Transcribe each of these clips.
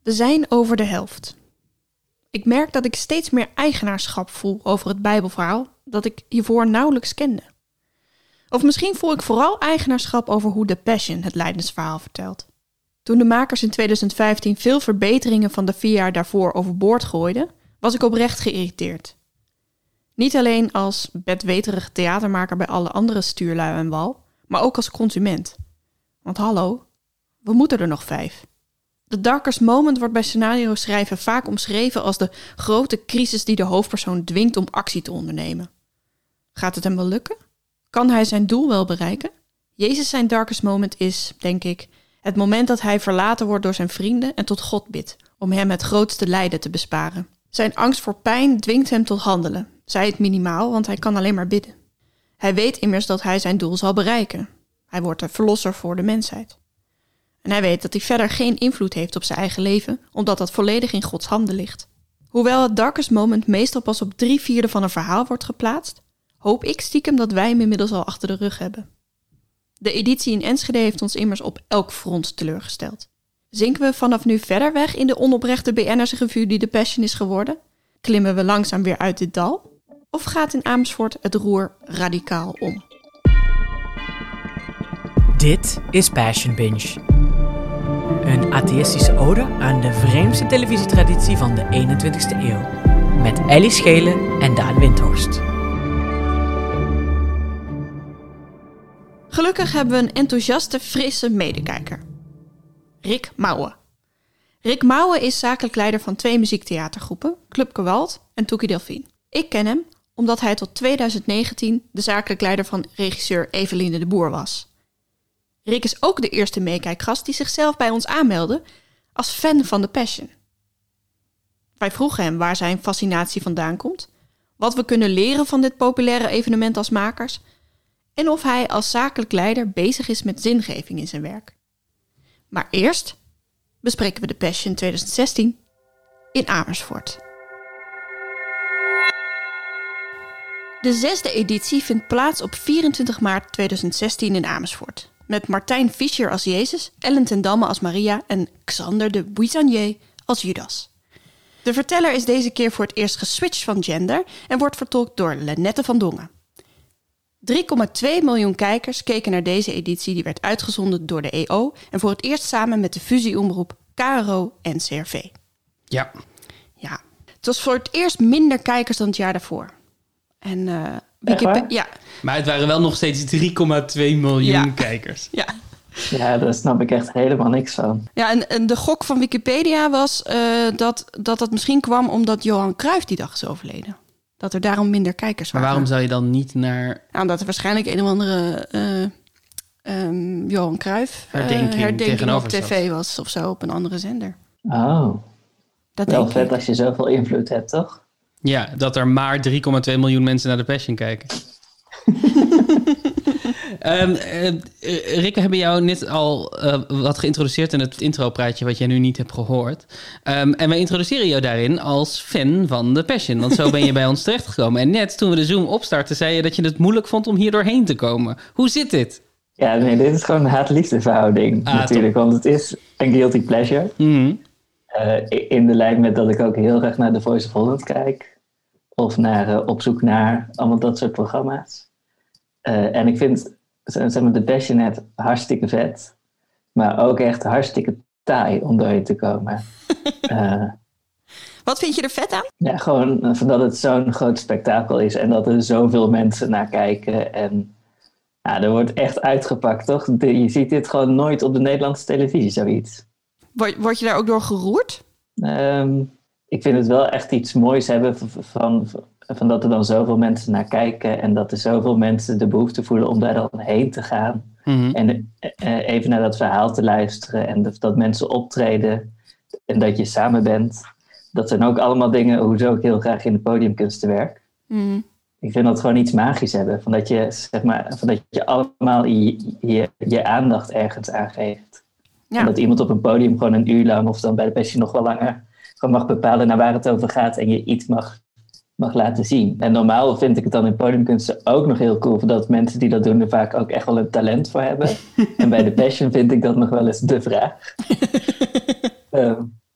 We zijn over de helft. Ik merk dat ik steeds meer eigenaarschap voel over het Bijbelverhaal dat ik hiervoor nauwelijks kende. Of misschien voel ik vooral eigenaarschap over hoe The Passion het lijdensverhaal vertelt. Toen de makers in 2015 veel verbeteringen van de 4 jaar daarvoor overboord gooiden, was ik oprecht geïrriteerd. Niet alleen als bedweterige theatermaker bij alle andere stuurlui en wal, maar ook als consument. Want hallo, we moeten er nog 5. The Darkest Moment wordt bij scenario schrijven vaak omschreven als de grote crisis die de hoofdpersoon dwingt om actie te ondernemen. Gaat het hem wel lukken? Kan hij zijn doel wel bereiken? Jezus zijn Darkest Moment is, denk ik, het moment dat hij verlaten wordt door zijn vrienden en tot God bidt, om hem het grootste lijden te besparen. Zijn angst voor pijn dwingt hem tot handelen, zij het minimaal, want hij kan alleen maar bidden. Hij weet immers dat hij zijn doel zal bereiken. Hij wordt de verlosser voor de mensheid. En hij weet dat hij verder geen invloed heeft op zijn eigen leven, omdat dat volledig in Gods handen ligt. Hoewel het Darkest Moment meestal pas op 3/4 van een verhaal wordt geplaatst, hoop ik stiekem dat wij hem inmiddels al achter de rug hebben. De editie in Enschede heeft ons immers op elk front teleurgesteld. Zinken we vanaf nu verder weg in de onoprechte BN'ers-revue die The Passion is geworden? Klimmen we langzaam weer uit dit dal? Of gaat in Amersfoort het roer radicaal om? Dit is Passion Binge. Een atheïstische ode aan de vreemdste televisietraditie van de 21ste eeuw. Met Ellie Schelen en Daan Windhorst. Gelukkig hebben we een enthousiaste, frisse medekijker. Rick Mouwen. Rick Mouwen is zakelijk leider van 2 muziektheatergroepen, Club Gewalt en Toekie Delphine. Ik ken hem omdat hij tot 2019 de zakelijk leider van regisseur Eveline de Boer was. Rick is ook de eerste meekijkgast die zichzelf bij ons aanmeldde als fan van The Passion. Wij vroegen hem waar zijn fascinatie vandaan komt, wat we kunnen leren van dit populaire evenement als makers en of hij als zakelijk leider bezig is met zingeving in zijn werk. Maar eerst bespreken we The Passion 2016 in Amersfoort. De 6e editie vindt plaats op 24 maart 2016 in Amersfoort. Met Martijn Fischer als Jezus, Ellen ten Damme als Maria en Xander de Buissonnier als Judas. De verteller is deze keer voor het eerst geswitcht van gender en wordt vertolkt door Lenette van Dongen. 3,2 miljoen kijkers keken naar deze editie die werd uitgezonden door de EO en voor het eerst samen met de fusieomroep KRO en CRV. Ja. Het was voor het eerst minder kijkers dan het jaar daarvoor. En ja. Maar het waren wel nog steeds 3,2 miljoen kijkers. Ja. Ja, daar snap ik echt helemaal niks van. Ja, en de gok van Wikipedia was dat misschien kwam omdat Johan Cruijff die dag is overleden. Dat er daarom minder kijkers waren. Maar waarom zou je dan niet naar... Nou, omdat er waarschijnlijk een of andere Johan Cruijff herdenking op tv was of zo, op een andere zender. Oh, Dat wel denk vet ik. als je zoveel invloed hebt, toch? Ja, dat er maar 3,2 miljoen mensen naar The Passion kijken. Rick, we hebben jou net al wat geïntroduceerd in het intropraatje wat jij nu niet hebt gehoord. En wij introduceren jou daarin als fan van The Passion. Want zo ben je bij ons terechtgekomen. En net toen we de Zoom opstarten, zei je dat je het moeilijk vond om hier doorheen te komen. Hoe zit dit? Ja, nee, dit is gewoon een haat-liefde verhouding natuurlijk. Want het is een guilty pleasure. Mm-hmm. In de lijn met dat ik ook heel graag naar The Voice of Holland kijk. Of naar Op zoek naar, allemaal dat soort programma's. En ik vind The Passion net hartstikke vet. Maar ook echt hartstikke taai om doorheen te komen. Wat vind je er vet aan? Ja, gewoon dat het zo'n groot spektakel is. En dat er zoveel mensen naar kijken. En er wordt echt uitgepakt, toch? Je ziet dit gewoon nooit op de Nederlandse televisie, zoiets. Word je daar ook door geroerd? Ik vind het wel echt iets moois hebben van dat er dan zoveel mensen naar kijken en dat er zoveel mensen de behoefte voelen om daar dan heen te gaan. Mm-hmm. En even naar dat verhaal te luisteren en dat mensen optreden en dat je samen bent. Dat zijn ook allemaal dingen, hoezo ik heel graag in de podiumkunsten werk. Mm. Ik vind dat gewoon iets magisch hebben, van dat je allemaal je aandacht ergens aangeeft. Ja. En dat iemand op een podium gewoon een uur lang of dan bij de Passion nog wel langer gewoon mag bepalen naar waar het over gaat en je iets mag laten zien. En normaal vind ik het dan in podiumkunsten ook nog heel cool, dat mensen die dat doen er vaak ook echt wel een talent voor hebben. En bij de Passion vind ik dat nog wel eens de vraag.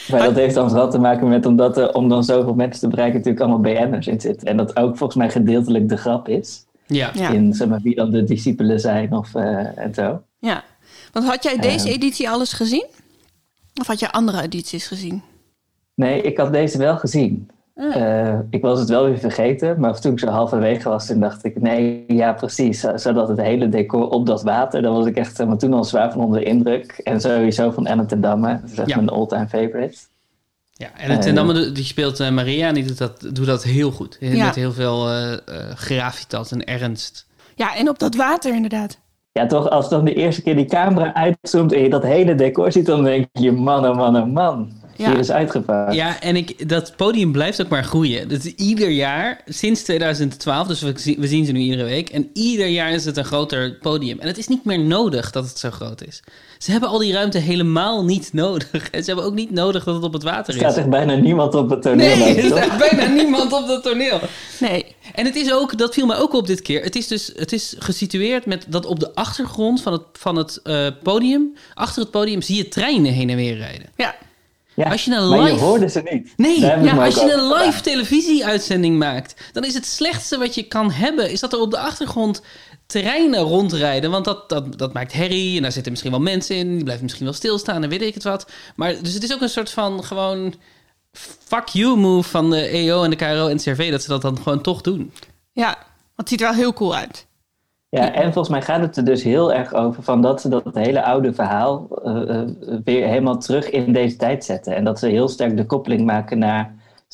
Maar dat heeft dan vooral te maken met omdat er, om dan zoveel mensen te bereiken, natuurlijk allemaal BN'ers in zitten. En dat ook volgens mij gedeeltelijk de grap is. Ja. In zeg maar, wie dan de discipelen zijn en zo. Ja, want had jij deze editie alles gezien? Of had jij andere edities gezien? Nee, ik had deze wel gezien. Ik was het wel weer vergeten, maar toen ik zo halverwege was, toen dacht ik, nee, ja precies, zodat het hele decor op dat water, daar was ik echt maar toen al zwaar van onder de indruk. En sowieso van Ellen ten Damme, dat is echt mijn all-time favorite. Ja, en ten Damme die speelt Maria en die doet dat heel goed. Met heel veel gravitas en ernst. Ja, en op dat water inderdaad. Ja, toch, als dan de eerste keer die camera uitzoomt en je dat hele decor ziet, dan denk je, man, oh man, oh man. Ja. Hier is uitgepakt. Ja, en dat podium blijft ook maar groeien. Dat is ieder jaar, sinds 2012, dus we zien ze nu iedere week. En ieder jaar is het een groter podium. En het is niet meer nodig dat het zo groot is. Ze hebben al die ruimte helemaal niet nodig. En ze hebben ook niet nodig dat het op het water is. Er staat echt bijna niemand op het toneel. Nee, er staat bijna niemand op het toneel. Nee. En het is ook, dat viel mij ook op dit keer. Het is gesitueerd met dat op de achtergrond van het podium, achter het podium, zie je treinen heen en weer rijden. Ja. Ja, als je een maar live... je hoorde ze niet. Nee, als je een live televisieuitzending maakt, dan is het slechtste wat je kan hebben, is dat er op de achtergrond treinen rondrijden. Want dat maakt herrie en daar zitten misschien wel mensen in, die blijven misschien wel stilstaan en weet ik het wat. Maar dus het is ook een soort van gewoon fuck you move van de EO en de KRO en het CRV, dat ze dat dan gewoon toch doen. Ja, want het ziet er wel heel cool uit. Ja, en volgens mij gaat het er dus heel erg over van dat ze dat hele oude verhaal weer helemaal terug in deze tijd zetten. En dat ze heel sterk de koppeling maken naar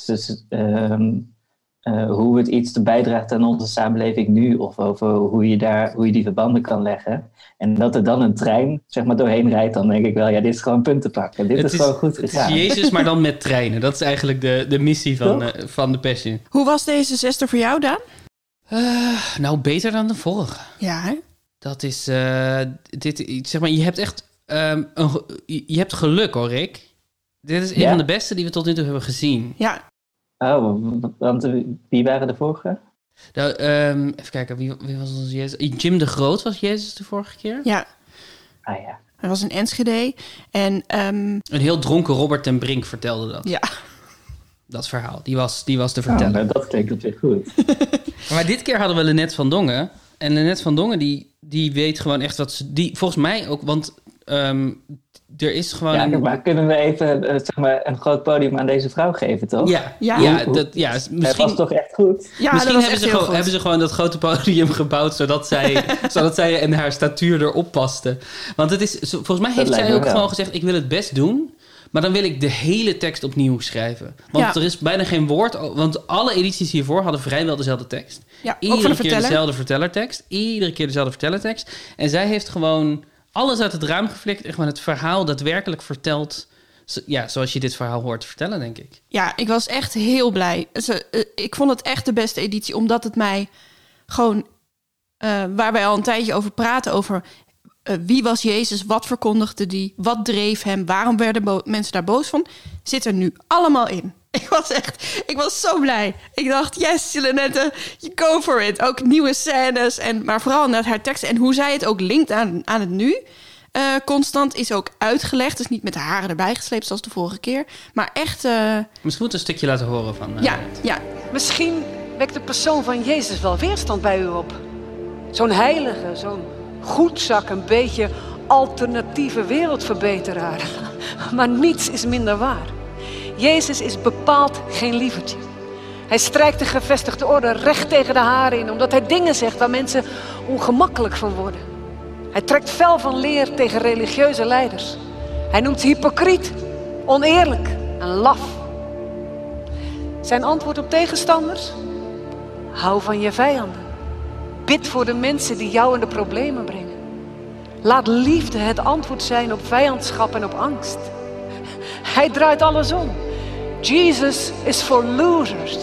hoe het iets te bijdraagt aan onze samenleving nu. Of over hoe je die verbanden kan leggen. En dat er dan een trein zeg maar doorheen rijdt, dan denk ik wel, ja, dit is gewoon punten pakken. Dit is gewoon goed gegaan. Het is Jezus, maar dan met treinen. Dat is eigenlijk de missie van de Passion. Hoe was deze zesde voor jou, Daan? Nou, beter dan de vorige. Ja, hè? Dat is, zeg maar, je hebt echt, je hebt geluk hoor, Rick. Dit is een van de beste die we tot nu toe hebben gezien. Ja. Oh, want wie waren de vorige? Nou, even kijken, wie was onze Jezus? Jim de Groot was Jezus de vorige keer. Ja. Ah ja. Hij was in Enschede en... Een heel dronken Robert ten Brink vertelde dat. Ja. Dat verhaal, die was te vertellen. Nou, dat klinkt op zich goed. Maar dit keer hadden we Lynette van Dongen. En Lynette van Dongen, die weet gewoon echt wat ze... Die, volgens mij ook, want er is gewoon... Ja, maar kunnen we even zeg maar, een groot podium aan deze vrouw geven, toch? Misschien... Het was toch echt goed? Ja, misschien hebben ze gewoon dat grote podium gebouwd, zodat zij en haar statuur erop paste. Want het is, volgens mij heeft zij ook gewoon gezegd, ik wil het best doen, maar dan wil ik de hele tekst opnieuw schrijven. Want er is bijna geen woord... Want alle edities hiervoor hadden vrijwel dezelfde tekst. Ja, Iedere keer dezelfde vertellertekst. Iedere keer dezelfde vertellertekst. En zij heeft gewoon alles uit het raam geflikt en gewoon het verhaal daadwerkelijk verteld. Ja, zoals je dit verhaal hoort vertellen, denk ik. Ja, ik was echt heel blij. Ik vond het echt de beste editie, omdat het mij gewoon... waar wij al een tijdje over praten, over... wie was Jezus? Wat verkondigde die? Wat dreef hem? Waarom werden mensen daar boos van? Zit er nu allemaal in. Ik was zo blij. Ik dacht, yes, Lynette, you go for it. Ook nieuwe scènes, maar vooral naar haar tekst. En hoe zij het ook linkt aan het nu. Constant is ook uitgelegd. Dus niet met de haren erbij gesleept zoals de vorige keer. Maar echt... Misschien moet een stukje laten horen van... Ja. Misschien wekt de persoon van Jezus wel weerstand bij u op. Zo'n heilige, zo'n goedzak, een beetje alternatieve wereldverbeteraar. Maar niets is minder waar. Jezus is bepaald geen lievertje. Hij strijkt de gevestigde orde recht tegen de haren in, omdat hij dingen zegt waar mensen ongemakkelijk van worden. Hij trekt fel van leer tegen religieuze leiders. Hij noemt ze hypocriet, oneerlijk en laf. Zijn antwoord op tegenstanders? Hou van je vijanden. Bid voor de mensen die jou in de problemen brengen. Laat liefde het antwoord zijn op vijandschap en op angst. Hij draait alles om. Jesus is for losers.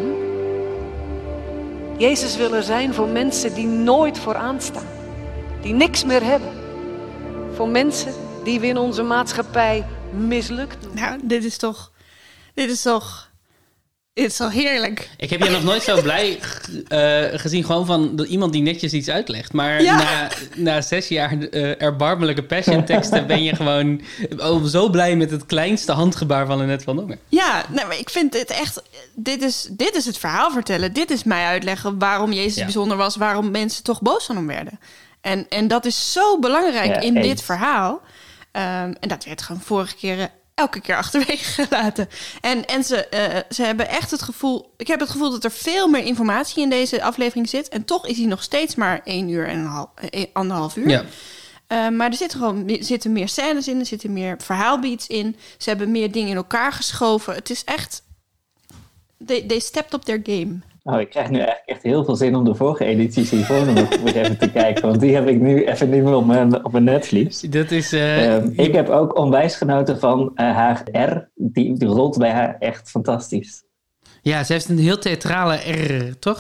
Jezus wil er zijn voor mensen die nooit vooraan staan. Die niks meer hebben. Voor mensen die we in onze maatschappij mislukt doen. Nou, dit is toch Het is al heerlijk. Ik heb je nog nooit zo blij gezien gewoon van iemand die netjes iets uitlegt. Maar na 6 jaar erbarmelijke Passion teksten ben je gewoon zo blij met het kleinste handgebaar van Annette van Dongen. Ja, nee, maar ik vind het echt... Dit is het verhaal vertellen. Dit is mij uitleggen waarom Jezus bijzonder was. Waarom mensen toch boos van hem werden. En dat is zo belangrijk in dit verhaal. En dat werd gewoon vorige keer... elke keer achterwege gelaten. En ze hebben echt het gevoel... Ik heb het gevoel dat er veel meer informatie in deze aflevering zit. En toch is hij nog steeds maar 1 uur en 1,5 uur. Ja. Maar er zitten meer scènes in. Er zitten meer verhaalbeats in. Ze hebben meer dingen in elkaar geschoven. Het is echt... They stepped up their game. Oh, ik krijg nu eigenlijk echt heel veel zin om de vorige edities hiervoor nog even te kijken. Want die heb ik nu even niet meer op mijn netvlies. Dat is... Ik heb ook onwijs genoten van haar R. Die rolt bij haar echt fantastisch. Ja, ze heeft een heel theatrale R, toch?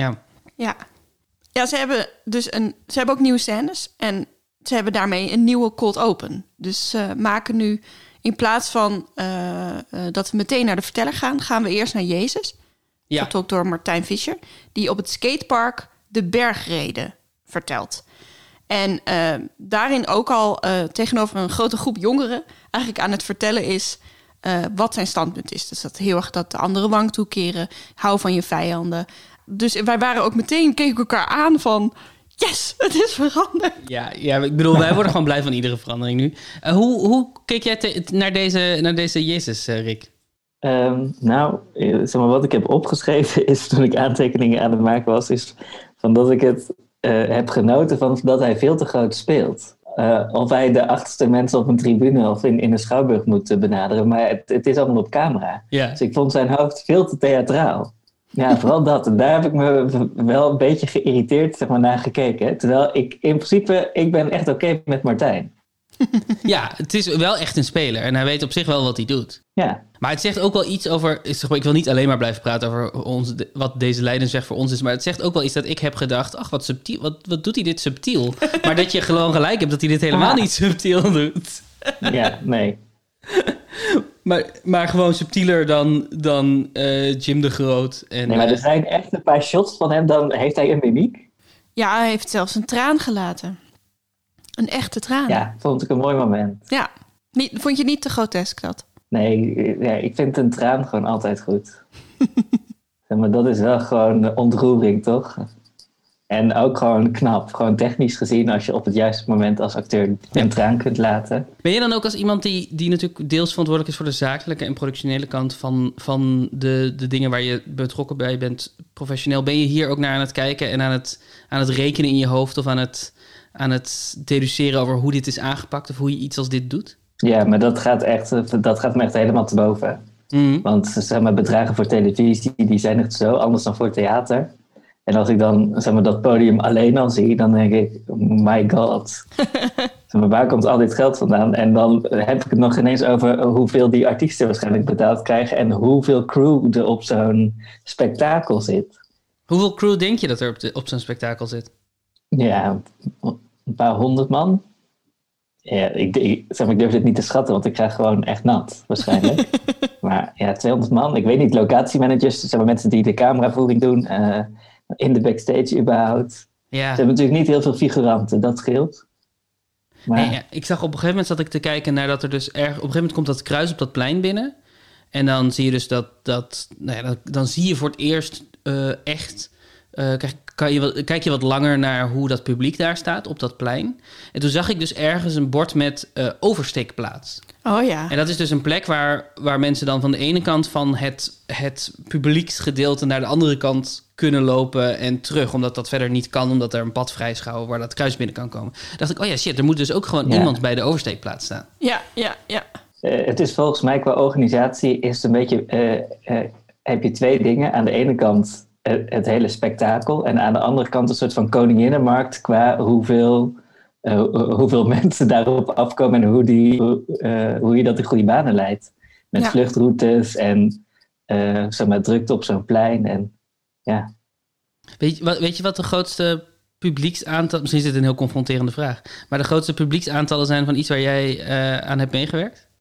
Ja, ze hebben dus ze hebben ook nieuwe scènes. En ze hebben daarmee een nieuwe cold open. Dus ze maken nu... In plaats van dat we meteen naar de verteller gaan we eerst naar Jezus. Ja. Vertolkt door Martijn Fischer. Die op het skatepark de bergreden vertelt. En daarin ook al tegenover een grote groep jongeren... eigenlijk aan het vertellen is wat zijn standpunt is. Dus dat heel erg dat de andere wang toekeren. Hou van je vijanden. Dus wij waren ook meteen, keken elkaar aan van... Yes, het is veranderd. Ja, ik bedoel, wij worden gewoon blij van iedere verandering nu. Hoe keek jij naar deze Jezus, Rick? Zeg maar, wat ik heb opgeschreven is, toen ik aantekeningen aan het maken was, is van dat ik het heb genoten van dat hij veel te groot speelt. Of hij de achterste mensen op een tribune of in een schouwburg moet benaderen, maar het is allemaal op camera. Yeah. Dus ik vond zijn hoofd veel te theatraal. Ja, vooral dat. En daar heb ik me wel een beetje geïrriteerd naar gekeken. Terwijl ik ben echt oké met Martijn. Ja, het is wel echt een speler. En hij weet op zich wel wat hij doet. Ja. Maar het zegt ook wel iets over... Ik wil niet alleen maar blijven praten over wat deze lijdensweg voor ons is. Maar het zegt ook wel iets dat ik heb gedacht... Ach, wat subtiel. Wat doet hij dit subtiel? Maar dat je gewoon gelijk hebt dat hij dit helemaal niet subtiel doet. Ja, nee. Maar gewoon subtieler dan Jim de Groot. En, nee, maar er zijn echt een paar shots van hem. Dan heeft hij een mimiek. Ja, hij heeft zelfs een traan gelaten. Een echte traan. Ja, vond ik een mooi moment. Ja, vond je niet te grotesk dat? Nee, ik vind een traan gewoon altijd goed. Maar dat is wel gewoon ontroering, toch? En ook gewoon knap. Gewoon technisch gezien, als je op het juiste moment als acteur een traan kunt laten. Ben je dan ook als iemand die natuurlijk deels verantwoordelijk is voor de zakelijke en productionele kant van de dingen waar je betrokken bij bent professioneel? Ben je hier ook naar aan het kijken en aan het rekenen in je hoofd of aan het deduceren over hoe dit is aangepakt of hoe je iets als dit doet? Ja, maar dat gaat me echt helemaal te boven. Mm-hmm. Want zeg maar, bedragen voor televisie, die zijn echt zo anders dan voor theater. En als ik dan zeg maar, dat podium alleen al zie, dan denk ik, my god. Zeg maar, waar komt al dit geld vandaan? En dan heb ik het nog ineens over hoeveel die artiesten waarschijnlijk betaald krijgen en hoeveel crew er op zo'n spektakel zit. Hoeveel crew denk je dat er op zo'n spektakel zit? Ja, een paar 100 man. Ja, ik durf dit niet te schatten, want ik krijg gewoon echt nat, waarschijnlijk. Maar ja, 200 man. Ik weet niet, locatiemanagers, zeg maar, mensen die de cameravoering doen, in de backstage überhaupt. Ja. Ze hebben natuurlijk niet heel veel figuranten, dat scheelt. Maar... Nee, ja, ik zag op een gegeven moment zat ik te kijken naar dat er dus op een gegeven moment komt dat kruis op dat plein binnen. En dan zie je dus dan zie je voor het eerst echt... Kijk je wat langer naar hoe dat publiek daar staat op dat plein. En toen zag ik dus ergens een bord met oversteekplaats. Oh ja. En dat is dus een plek waar mensen dan van de ene kant van het publieksgedeelte naar de andere kant kunnen lopen en terug. Omdat dat verder niet kan, omdat er een pad vrij is gehouden waar dat kruis binnen kan komen. Dacht ik, oh ja, shit, er moet dus ook gewoon iemand bij de oversteekplaats staan. Ja. Het is volgens mij qua organisatie is het een beetje... heb je 2 dingen. Aan de ene kant... het hele spektakel. En aan de andere kant een soort van koninginnenmarkt qua hoeveel mensen daarop afkomen en hoe je dat in goede banen leidt. Met vluchtroutes en zeg maar, drukte op zo'n plein. En, ja. Weet je wat de grootste publieksaantal... Misschien is dit een heel confronterende vraag. Maar de grootste publieksaantallen zijn van iets waar jij aan hebt meegewerkt?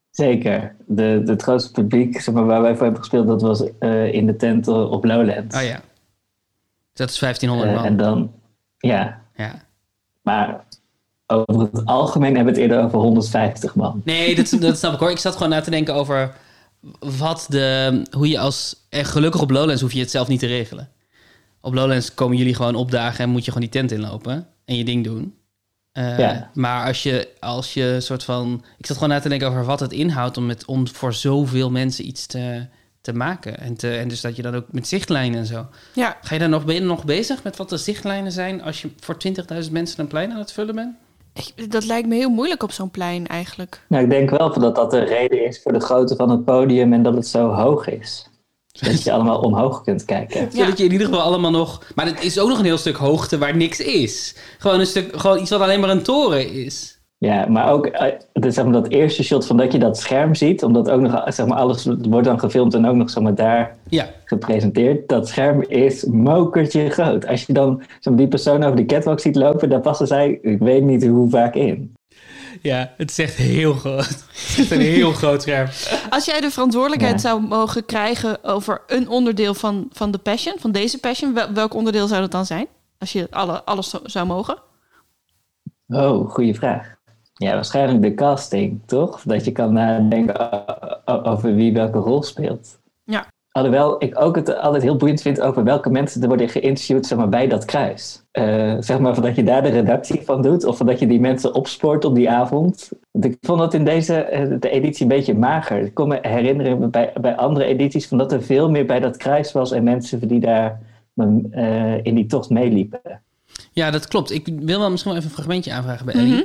Zeker. Het grootste publiek zeg maar, waar wij voor hebben gespeeld, dat was in de tent op Lowlands. Oh ja. Dat is 1500 man. En dan, ja. Ja. Maar over het algemeen hebben we het eerder over 150 man. Nee, dat snap ik hoor. Ik zat gewoon na te denken over hoe je gelukkig op Lowlands hoef je het zelf niet te regelen. Op Lowlands komen jullie gewoon opdagen en moet je gewoon die tent inlopen en je ding doen. Maar als je soort van... Ik zat gewoon na te denken over wat het inhoudt om voor zoveel mensen iets te maken. En dus dat je dan ook met zichtlijnen en zo. Ja. Ben je nog bezig met wat de zichtlijnen zijn als je voor 20.000 mensen een plein aan het vullen bent? Dat lijkt me heel moeilijk op zo'n plein eigenlijk. Nou, ik denk wel dat dat de reden is voor de grootte van het podium en dat het zo hoog is. Dat je allemaal omhoog kunt kijken. Zodat je in ieder geval allemaal nog... Maar het is ook nog een heel stuk hoogte waar niks is. Gewoon iets wat alleen maar een toren is. Ja, maar ook zeg maar, dat eerste shot van dat je dat scherm ziet, omdat ook nog zeg maar, alles wordt dan gefilmd en ook nog zeg maar, daar gepresenteerd. Dat scherm is mokertje groot. Als je dan zeg maar, die persoon over de catwalk ziet lopen, daar passen zij, ik weet niet hoe vaak in. Ja, het is echt heel groot. Het is een heel groot scherm. Als jij de verantwoordelijkheid zou mogen krijgen over een onderdeel van de Passion, van deze Passion, welk onderdeel zou dat dan zijn? Als je alles zou mogen? Oh, goede vraag. Ja, waarschijnlijk de casting, toch? Dat je kan nadenken over wie welke rol speelt. Ja. Alhoewel ik ook het altijd heel boeiend vind over welke mensen er worden geïnterviewd zeg maar, bij dat kruis. Zeg maar dat je daar de redactie van doet of dat je die mensen opspoort op die avond. Want ik vond dat in de editie een beetje mager. Ik kon me herinneren bij andere edities van dat er veel meer bij dat kruis was en mensen die daar in die tocht meeliepen. Ja, dat klopt. Ik wil wel misschien wel even een fragmentje aanvragen bij Ellie.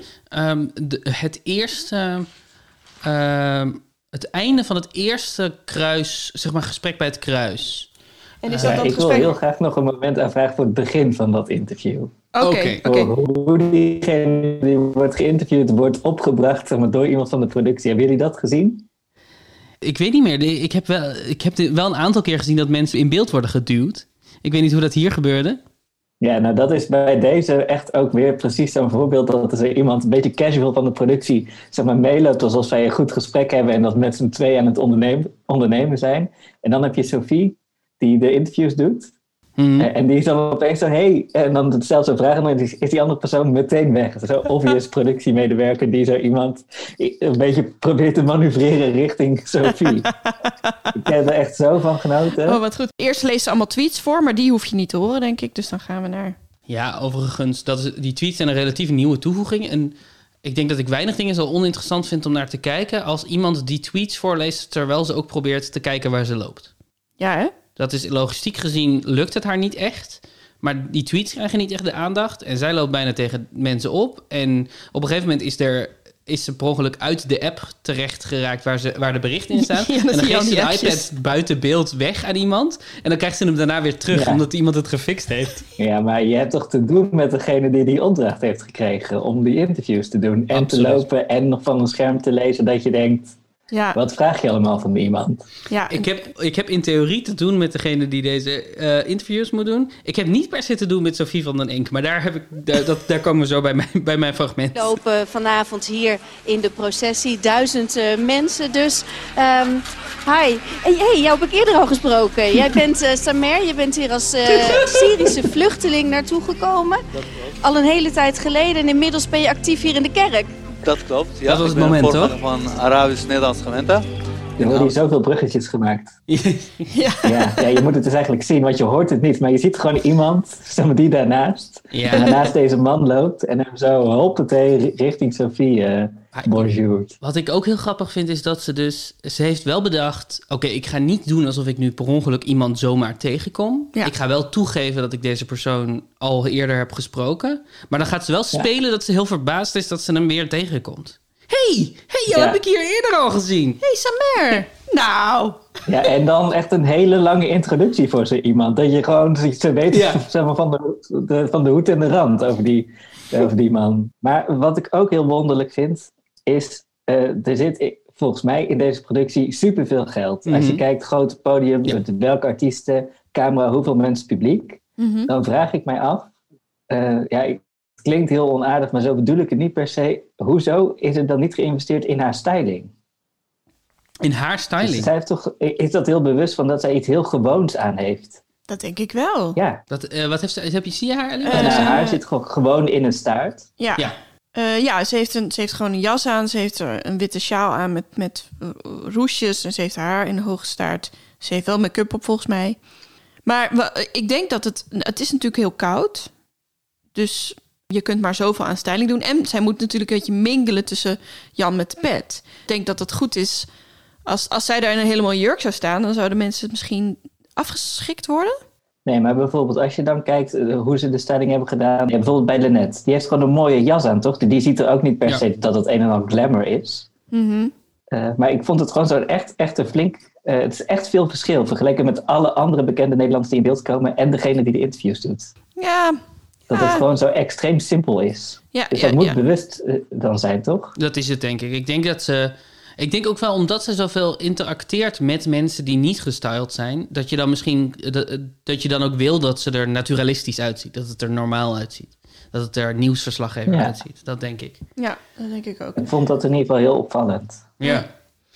Het einde van het eerste kruis, zeg maar gesprek bij het kruis. En is dat ik wil heel graag nog een moment aanvragen voor het begin van dat interview. Oké. Hoe diegene die wordt geïnterviewd wordt opgebracht zeg maar, door iemand van de productie. Hebben jullie dat gezien? Ik weet niet meer. Ik heb wel een aantal keer gezien dat mensen in beeld worden geduwd. Ik weet niet hoe dat hier gebeurde. Ja, nou dat is bij deze echt ook weer precies zo'n voorbeeld dat er iemand een beetje casual van de productie zeg maar meeloopt alsof zij een goed gesprek hebben en dat met z'n twee aan het ondernemen zijn. En dan heb je Sophie die de interviews doet. En die is dan opeens zo, hey, en dan stelt ze een vraag en dan is die andere persoon meteen weg. Zo'n obvious productiemedewerker die zo iemand een beetje probeert te manoeuvreren richting Sophie. Ik heb er echt zo van genoten. Oh, wat goed. Eerst lees ze allemaal tweets voor, maar die hoef je niet te horen, denk ik. Dus dan gaan we naar... Ja, overigens, die tweets zijn een relatief nieuwe toevoeging. En ik denk dat ik weinig dingen zo oninteressant vind om naar te kijken als iemand die tweets voorleest terwijl ze ook probeert te kijken waar ze loopt. Ja, hè? Dat is logistiek gezien lukt het haar niet echt. Maar die tweets krijgen niet echt de aandacht. En zij loopt bijna tegen mensen op. En op een gegeven moment is ze per ongeluk uit de app terecht geraakt waar de berichten in staan. Ja, en dan geeft ze de appjes. iPad buiten beeld weg aan iemand. En dan krijgt ze hem daarna weer terug, omdat iemand het gefixt heeft. Ja, maar je hebt toch te doen met degene die opdracht heeft gekregen om die interviews te doen. En Absoluut. te lopen en nog van een scherm te lezen dat je denkt... Ja. Wat vraag je allemaal van iemand? Ja. Ik heb in theorie te doen met degene die deze interviews moet doen. Ik heb niet per se te doen met Sophie van den Enk. Maar daar komen we zo bij mijn fragment. We lopen vanavond hier in de processie. 1000 mensen dus. Hi. Hey, jou heb ik eerder al gesproken. Jij bent Samer. Je bent hier als Syrische vluchteling naartoe gekomen. Al een hele tijd geleden. En inmiddels ben je actief hier in de kerk. Dat klopt, ja. Dat was het ik ben moment, voorganger van Arabisch-Nederlands gemeente. Er worden hier zoveel bruggetjes gemaakt. Ja. Ja, je moet het dus eigenlijk zien, want je hoort het niet. Maar je ziet gewoon iemand, zeg maar, die daarnaast. Ja. En daarnaast deze man loopt. En hem zo hoppatee richting Sophie bonjour. Wat ik ook heel grappig vind is dat ze heeft wel bedacht... Oké, ik ga niet doen alsof ik nu per ongeluk iemand zomaar tegenkom. Ja. Ik ga wel toegeven dat ik deze persoon al eerder heb gesproken. Maar dan gaat ze wel spelen dat ze heel verbaasd is dat ze hem weer tegenkomt. Hey, jou heb ik hier eerder al gezien. Hey, Samer. Nou. Ja, en dan echt een hele lange introductie voor zo iemand. Dat je gewoon, ze weet zeg maar, van de hoed en de rand over die man. Maar wat ik ook heel wonderlijk vind, is er zit volgens mij in deze productie superveel geld. Als je kijkt, grote podium, welke artiesten, camera, hoeveel mensen publiek. Dan vraag ik mij af, het klinkt heel onaardig, maar zo bedoel ik het niet per se. Hoezo is er dan niet geïnvesteerd in haar styling? In haar styling. Dus zij heeft toch, is dat heel bewust van dat zij iets heel gewoons aan heeft. Dat denk ik wel. Ja. Wat heeft ze? Zie je haar? Ellie? En haar haar zit gewoon in een staart. Ja. Ze heeft gewoon een jas aan. Ze heeft een witte sjaal aan met roesjes. En ze heeft haar haar in een hoge staart. Ze heeft wel make-up op volgens mij. Maar ik denk dat het is natuurlijk heel koud. Dus je kunt maar zoveel aan styling doen. En zij moet natuurlijk een beetje mingelen tussen Jan met de pet. Ik denk dat het goed is. Als zij daar in een hele mooie jurk zou staan, dan zouden mensen misschien afgeschikt worden. Nee, maar bijvoorbeeld als je dan kijkt hoe ze de styling hebben gedaan. Ja, bijvoorbeeld bij Lynette. Die heeft gewoon een mooie jas aan, toch? Die ziet er ook niet per se dat het een en al glamour is. Mm-hmm. Maar ik vond het gewoon zo echt een flink... het is echt veel verschil vergeleken met alle andere bekende Nederlanders die in beeld komen en degene die de interviews doet. Ja. Dat het gewoon zo extreem simpel is. Ja, dus dat moet bewust dan zijn, toch? Dat is het, denk ik. Ik denk ook wel omdat ze zoveel interacteert met mensen die niet gestyled zijn, dat je dan misschien dat je dan ook wil dat ze er naturalistisch uitziet, dat het er normaal uitziet, dat het er nieuwsverslaggever uitziet. Dat denk ik. Ja, dat denk ik ook. Ik vond dat in ieder geval heel opvallend. Ja.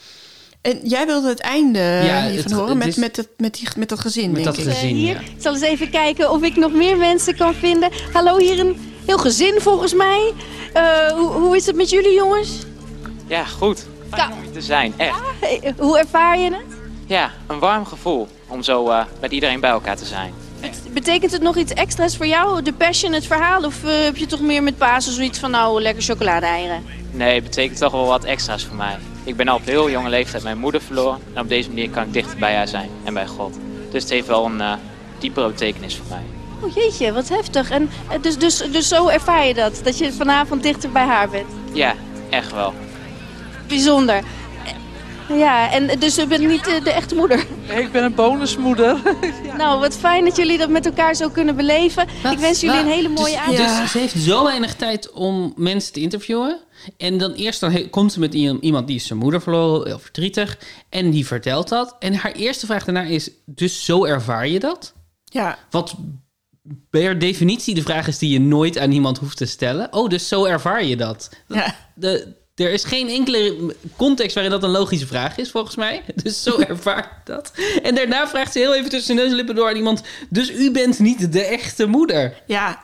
En jij wilde het einde hiervan horen met dat gezin, met denk dat ik. Gezin, hier, ik zal eens even kijken of ik nog meer mensen kan vinden. Hallo, hier een heel gezin volgens mij. Hoe is het met jullie jongens? Ja, goed. Fijn om hier te zijn, echt. Hoe ervaar je het? Ja, een warm gevoel om zo met iedereen bij elkaar te zijn. Betekent het nog iets extra's voor jou, de passion, het verhaal? Of heb je toch meer met Pasen zoiets van nou, lekker chocolade-eieren? Nee, het betekent toch wel wat extra's voor mij. Ik ben al op heel jonge leeftijd mijn moeder verloren. En op deze manier kan ik dichter bij haar zijn en bij God. Dus het heeft wel een diepere betekenis voor mij. Oh jeetje, wat heftig. En dus zo ervaar je dat? Dat je vanavond dichter bij haar bent? Ja, echt wel. Bijzonder. Ja, en dus u bent niet de echte moeder? Nee, ik ben een bonusmoeder. Ja. Nou, wat fijn dat jullie dat met elkaar zo kunnen beleven. Ik wens jullie een hele mooie avond. Dus ze heeft zo weinig tijd om mensen te interviewen. En dan komt ze met iemand die is zijn moeder verloren, heel verdrietig. En die vertelt dat. En haar eerste vraag daarna is, dus zo ervaar je dat? Ja. Wat per definitie de vraag is die je nooit aan iemand hoeft te stellen. Oh, dus zo ervaar je dat? Ja. Er is geen enkele context waarin dat een logische vraag is, volgens mij. Dus zo ervaar ik dat. En daarna vraagt ze heel even tussen neus en lippen door aan iemand, dus u bent niet de echte moeder. Ja,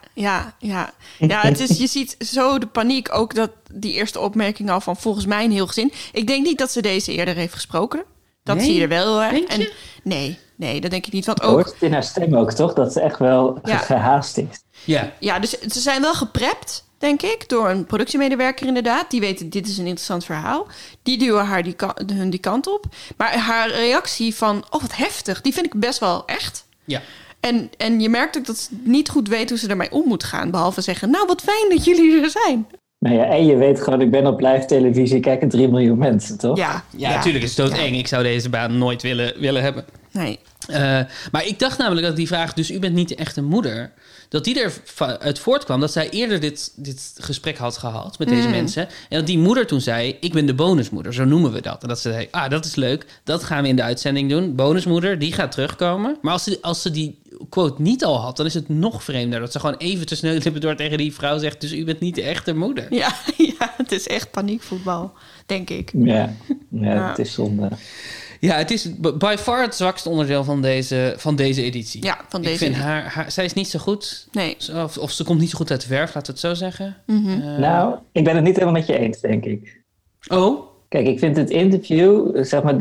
het is, je ziet zo de paniek, ook dat die eerste opmerking al van volgens mij een heel gezin. Ik denk niet dat ze deze eerder heeft gesproken. Dat zie je er wel heel erg. En nee, dat denk ik niet. Want ook hoort het in haar stem ook, toch? Dat ze echt wel gehaast is. Ja, dus ze zijn wel geprept, denk ik, door een productiemedewerker inderdaad. Die weten, dit is een interessant verhaal. Die duwen haar die kant op. Maar haar reactie van, oh wat heftig, die vind ik best wel echt. Ja. En je merkt ook dat ze niet goed weet hoe ze ermee om moet gaan. Behalve zeggen, nou wat fijn dat jullie er zijn. Nou ja, en je weet gewoon, ik ben op live televisie, kijken 3 miljoen mensen, toch? Ja, natuurlijk is het doodeng. Ik zou deze baan nooit willen hebben. Nee. Maar ik dacht namelijk dat die vraag, dus u bent niet de echte moeder, dat die eruit voortkwam dat zij eerder dit gesprek had gehad met deze mensen. En dat die moeder toen zei, ik ben de bonusmoeder, zo noemen we dat. En dat ze zei, dat is leuk, dat gaan we in de uitzending doen. Bonusmoeder, die gaat terugkomen. Maar als ze die quote niet al had, dan is het nog vreemder. Dat ze gewoon even tussen neus en lippen door tegen die vrouw zegt, dus u bent niet de echte moeder. Ja, het is echt paniekvoetbal, denk ik. Ja, het is zonde. Ja, het is by far het zwakste onderdeel van deze editie. Ja, van deze. Ik vind zij is niet zo goed. Nee. Of ze komt niet zo goed uit de verf, laten we het zo zeggen. Mm-hmm. Nou, ik ben het niet helemaal met je eens, denk ik. Oh? Kijk, ik vind het interview, zeg maar,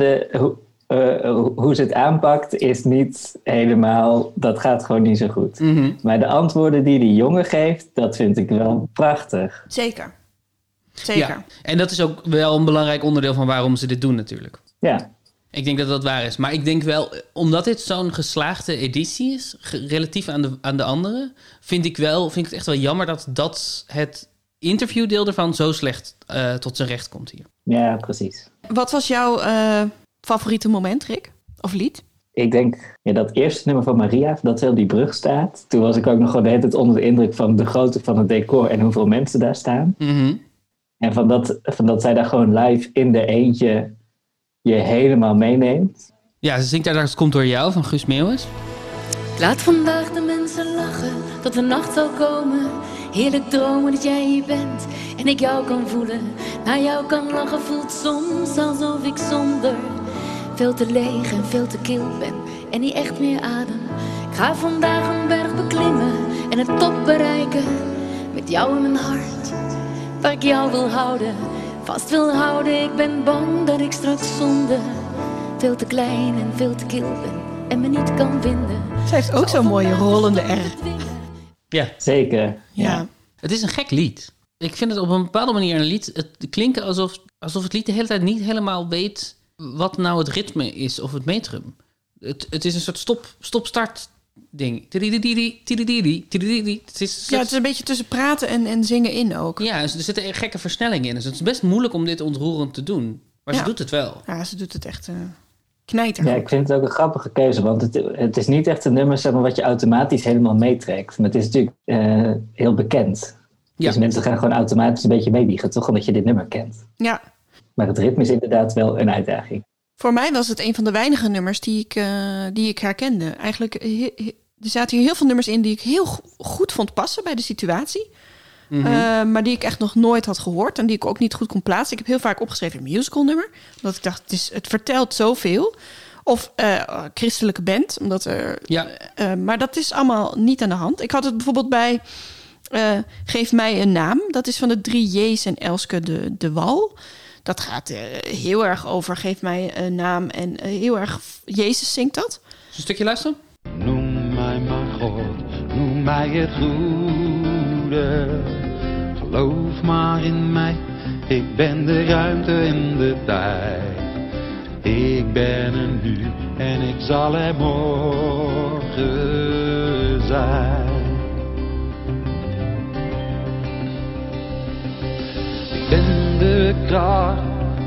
hoe ze het aanpakt, is niet helemaal, dat gaat gewoon niet zo goed. Mm-hmm. Maar de antwoorden die die jongen geeft, dat vind ik wel prachtig. Zeker. Ja, en dat is ook wel een belangrijk onderdeel van waarom ze dit doen natuurlijk. Ja. Ik denk dat dat waar is. Maar ik denk wel, omdat dit zo'n geslaagde editie is, relatief aan de andere, vind ik het echt wel jammer dat het interviewdeel ervan zo slecht tot zijn recht komt hier. Ja, precies. Wat was jouw favoriete moment, Rick? Of lied? Ik denk, dat eerste nummer van Maria, dat ze op die brug staat. Toen was ik ook nog gewoon de hele tijd onder de indruk van de grootte van het decor en hoeveel mensen daar staan. Mm-hmm. En van dat zij daar gewoon live in de eentje je helemaal meeneemt. Ja, ze zingt daar Het komt door jou van Guus Meeuwis. Laat vandaag de mensen lachen, tot de nacht zal komen. Heerlijk dromen dat jij hier bent. En ik jou kan voelen, naar jou kan lachen. Voelt soms alsof ik zonder veel te leeg en veel te kil ben en niet echt meer adem. Ik ga vandaag een berg beklimmen en het top bereiken. Met jou in mijn hart, waar ik jou wil houden, vast wil houden. Ik ben bang dat ik straks zonder veel te klein en veel te kil ben en me niet kan vinden. Zij heeft ook zo'n mooie rollende R. Ja, zeker. Ja. Het is een gek lied. Ik vind het op een bepaalde manier een lied. Het klinkt alsof het lied de hele tijd niet helemaal weet wat nou het ritme is of het metrum. Het is een soort stop-start ding. Het is een beetje tussen praten en zingen in ook. Ja, er zitten gekke versnellingen in. Dus het is best moeilijk om dit ontroerend te doen. Maar ze doet het wel. Ja, ze doet het echt knijter. Ja, ik vind het ook een grappige keuze. Want het is niet echt een nummer, zeg maar, wat je automatisch helemaal meetrekt. Maar het is natuurlijk heel bekend. Ja. Dus mensen gaan gewoon automatisch een beetje meewiegen, toch? Omdat je dit nummer kent. Ja. Maar het ritme is inderdaad wel een uitdaging. Voor mij was het een van de weinige nummers die ik herkende. Eigenlijk, er zaten hier heel veel nummers in die ik heel goed vond passen bij de situatie. Mm-hmm. Maar die ik echt nog nooit had gehoord en die ik ook niet goed kon plaatsen. Ik heb heel vaak opgeschreven een musical nummer. Omdat ik dacht, het vertelt zoveel. Of christelijke band. Omdat maar dat is allemaal niet aan de hand. Ik had het bijvoorbeeld bij Geef mij een naam. Dat is van de 3 J's en Elske de Wal. Dat gaat heel erg over geef mij een naam. En heel erg Jezus zingt dat. Een stukje luisteren? Noem mij maar God, noem mij het goede. Geloof maar in mij, ik ben de ruimte en de tijd. Ik ben er nu en ik zal er morgen zijn. Ik ben de kracht,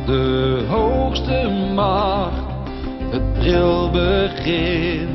de hoogste macht, het pril begin,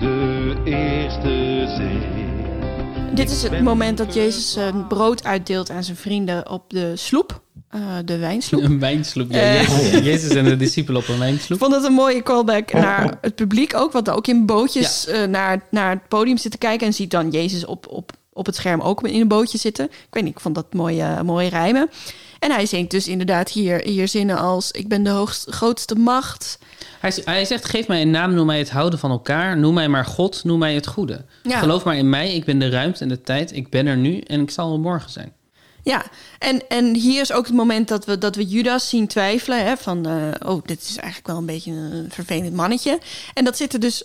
de eerste zin. Dit is het moment dat Jezus brood uitdeelt aan zijn vrienden op de sloep. De wijnsloep. Een wijnsloep, ja. Jezus en de discipelen op een wijnsloep. Ik vond dat een mooie callback naar het publiek ook. Wat ook in bootjes naar het podium zit te kijken. En ziet dan Jezus op het scherm ook in een bootje zitten. Ik weet niet, ik vond dat mooie rijmen. En hij zingt dus inderdaad hier zinnen als ik ben de grootste macht. Hij zegt, geef mij een naam, noem mij het houden van elkaar. Noem mij maar God, noem mij het goede. Ja. Geloof maar in mij, ik ben de ruimte en de tijd. Ik ben er nu en ik zal er morgen zijn. Ja, en hier is ook het moment dat we Judas zien twijfelen. Hè, van, dit is eigenlijk wel een beetje een vervelend mannetje. En dat zit er dus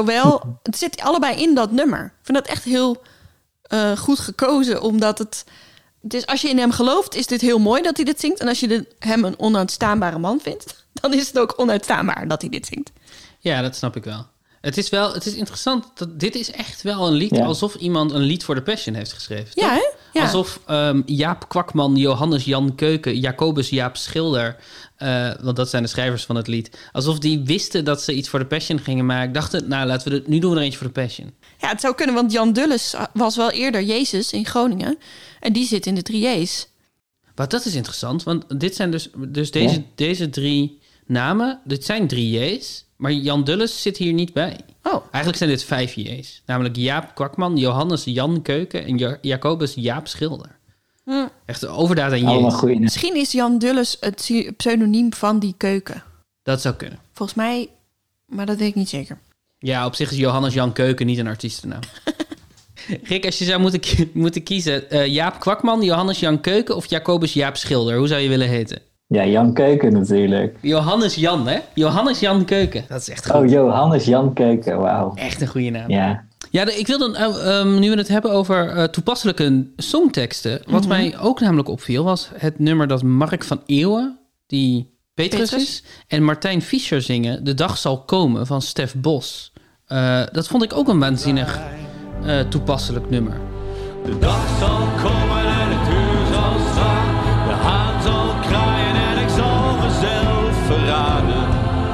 het zit allebei in dat nummer. Ik vind dat echt heel goed gekozen, omdat het is, als je in hem gelooft, is dit heel mooi dat hij dit zingt. En als je hem een onuitstaanbare man vindt, dan is het ook onuitstaanbaar dat hij dit zingt. Ja, dat snap ik wel. Het is interessant, dat dit is echt wel een lied alsof iemand een lied voor de Passion heeft geschreven. Ja, hè? Ja. Alsof Jaap Kwakman, Johannes Jan Keuken, Jacobus Jaap Schilder, want dat zijn de schrijvers van het lied, alsof die wisten dat ze iets voor de Passion gingen maken. Dachten, nu doen we er eentje voor de Passion. Ja, het zou kunnen, want Jan Dulles was wel eerder Jezus in Groningen en die zit in de 3 J's. Maar dat is interessant, want dit zijn dus deze 3 namen, dit zijn 3 J's. Maar Jan Dulles zit hier niet bij. Oh. Eigenlijk zijn dit 5 J's. Namelijk Jaap Kwakman, Johannes Jan Keuken en Jacobus Jaap Schilder. Echt overdaad aan J's. Misschien is Jan Dulles het pseudoniem van die Keuken. Dat zou kunnen. Volgens mij, maar dat weet ik niet zeker. Ja, op zich is Johannes Jan Keuken niet een artiestennaam. Rick, als je zou moeten kiezen, Jaap Kwakman, Johannes Jan Keuken of Jacobus Jaap Schilder, hoe zou je willen heten? Ja, Jan Keuken natuurlijk. Johannes Jan, hè? Johannes Jan Keuken. Dat is echt goed. Oh, Johannes Jan Keuken, wauw. Echt een goede naam. Ja. Ja, ik wil dan, nu we het hebben over toepasselijke songteksten, wat mij ook namelijk opviel, was het nummer dat Mark van Eeuwen, die Petrus is, en Martijn Fischer zingen, De Dag Zal Komen, van Stef Bos. Dat vond ik ook een waanzinnig toepasselijk nummer. De dag zal komen en het uur zal staan, de haan zal kraaien en ik zal mezelf verraden.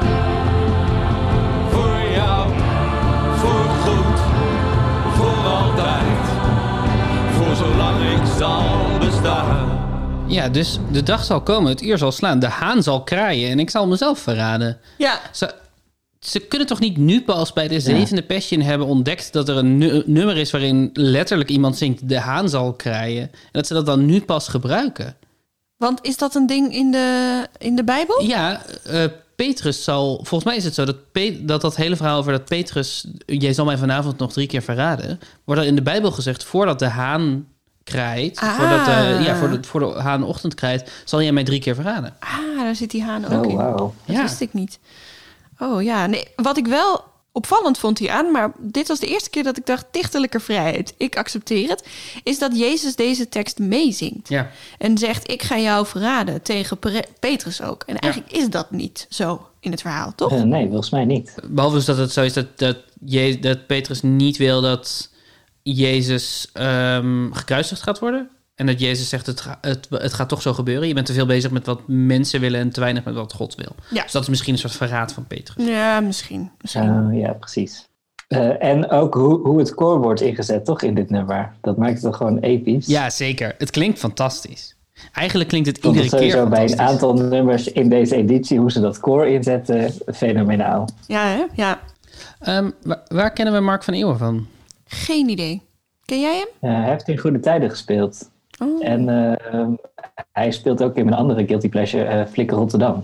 Voor jou, voor goed, voor altijd, voor zolang ik zal bestaan. Ja, dus de dag zal komen, het uur zal slaan, de haan zal kraaien en ik zal mezelf verraden. Ja. ze kunnen toch niet nu pas bij de 7e Passion hebben ontdekt dat er een nummer is waarin letterlijk iemand zingt de haan zal kraaien. En dat ze dat dan nu pas gebruiken. Want is dat een ding in de Bijbel? Ja, Petrus zal... Volgens mij is het zo dat hele verhaal over dat Petrus... Jij zal mij vanavond nog 3 keer verraden... wordt er in de Bijbel gezegd... voordat de haan kraait... voor de haan ochtend kraait... zal jij mij 3 keer verraden. Daar zit die haan ook in. Wow. Dat wist ik niet. Oh ja, nee. Wat ik wel opvallend vond hieraan... maar dit was de eerste keer dat ik dacht... dichterlijke vrijheid, ik accepteer het... is dat Jezus deze tekst meezingt. Ja. En zegt, ik ga jou verraden tegen Petrus ook. En eigenlijk is dat niet zo in het verhaal, toch? Nee, volgens mij niet. Behalve dus dat het zo is dat Petrus niet wil dat Jezus gekruisigd gaat worden. En dat Jezus zegt, het gaat toch zo gebeuren. Je bent te veel bezig met wat mensen willen en te weinig met wat God wil. Ja. Dus dat is misschien een soort verraad van Petrus. Ja, misschien. Ja, precies. En ook hoe het koor wordt ingezet, toch, in dit nummer. Dat maakt het toch gewoon episch. Ja, zeker. Het klinkt fantastisch. Eigenlijk klinkt het iedere keer fantastisch. Bij een aantal nummers in deze editie, hoe ze dat koor inzetten, fenomenaal. Ja, hè? Ja. Waar kennen we Mark van Eeuwen van? Geen idee. Ken jij hem? Hij heeft in Goede Tijden gespeeld. Oh. En hij speelt ook in mijn andere guilty pleasure, Flikker Rotterdam.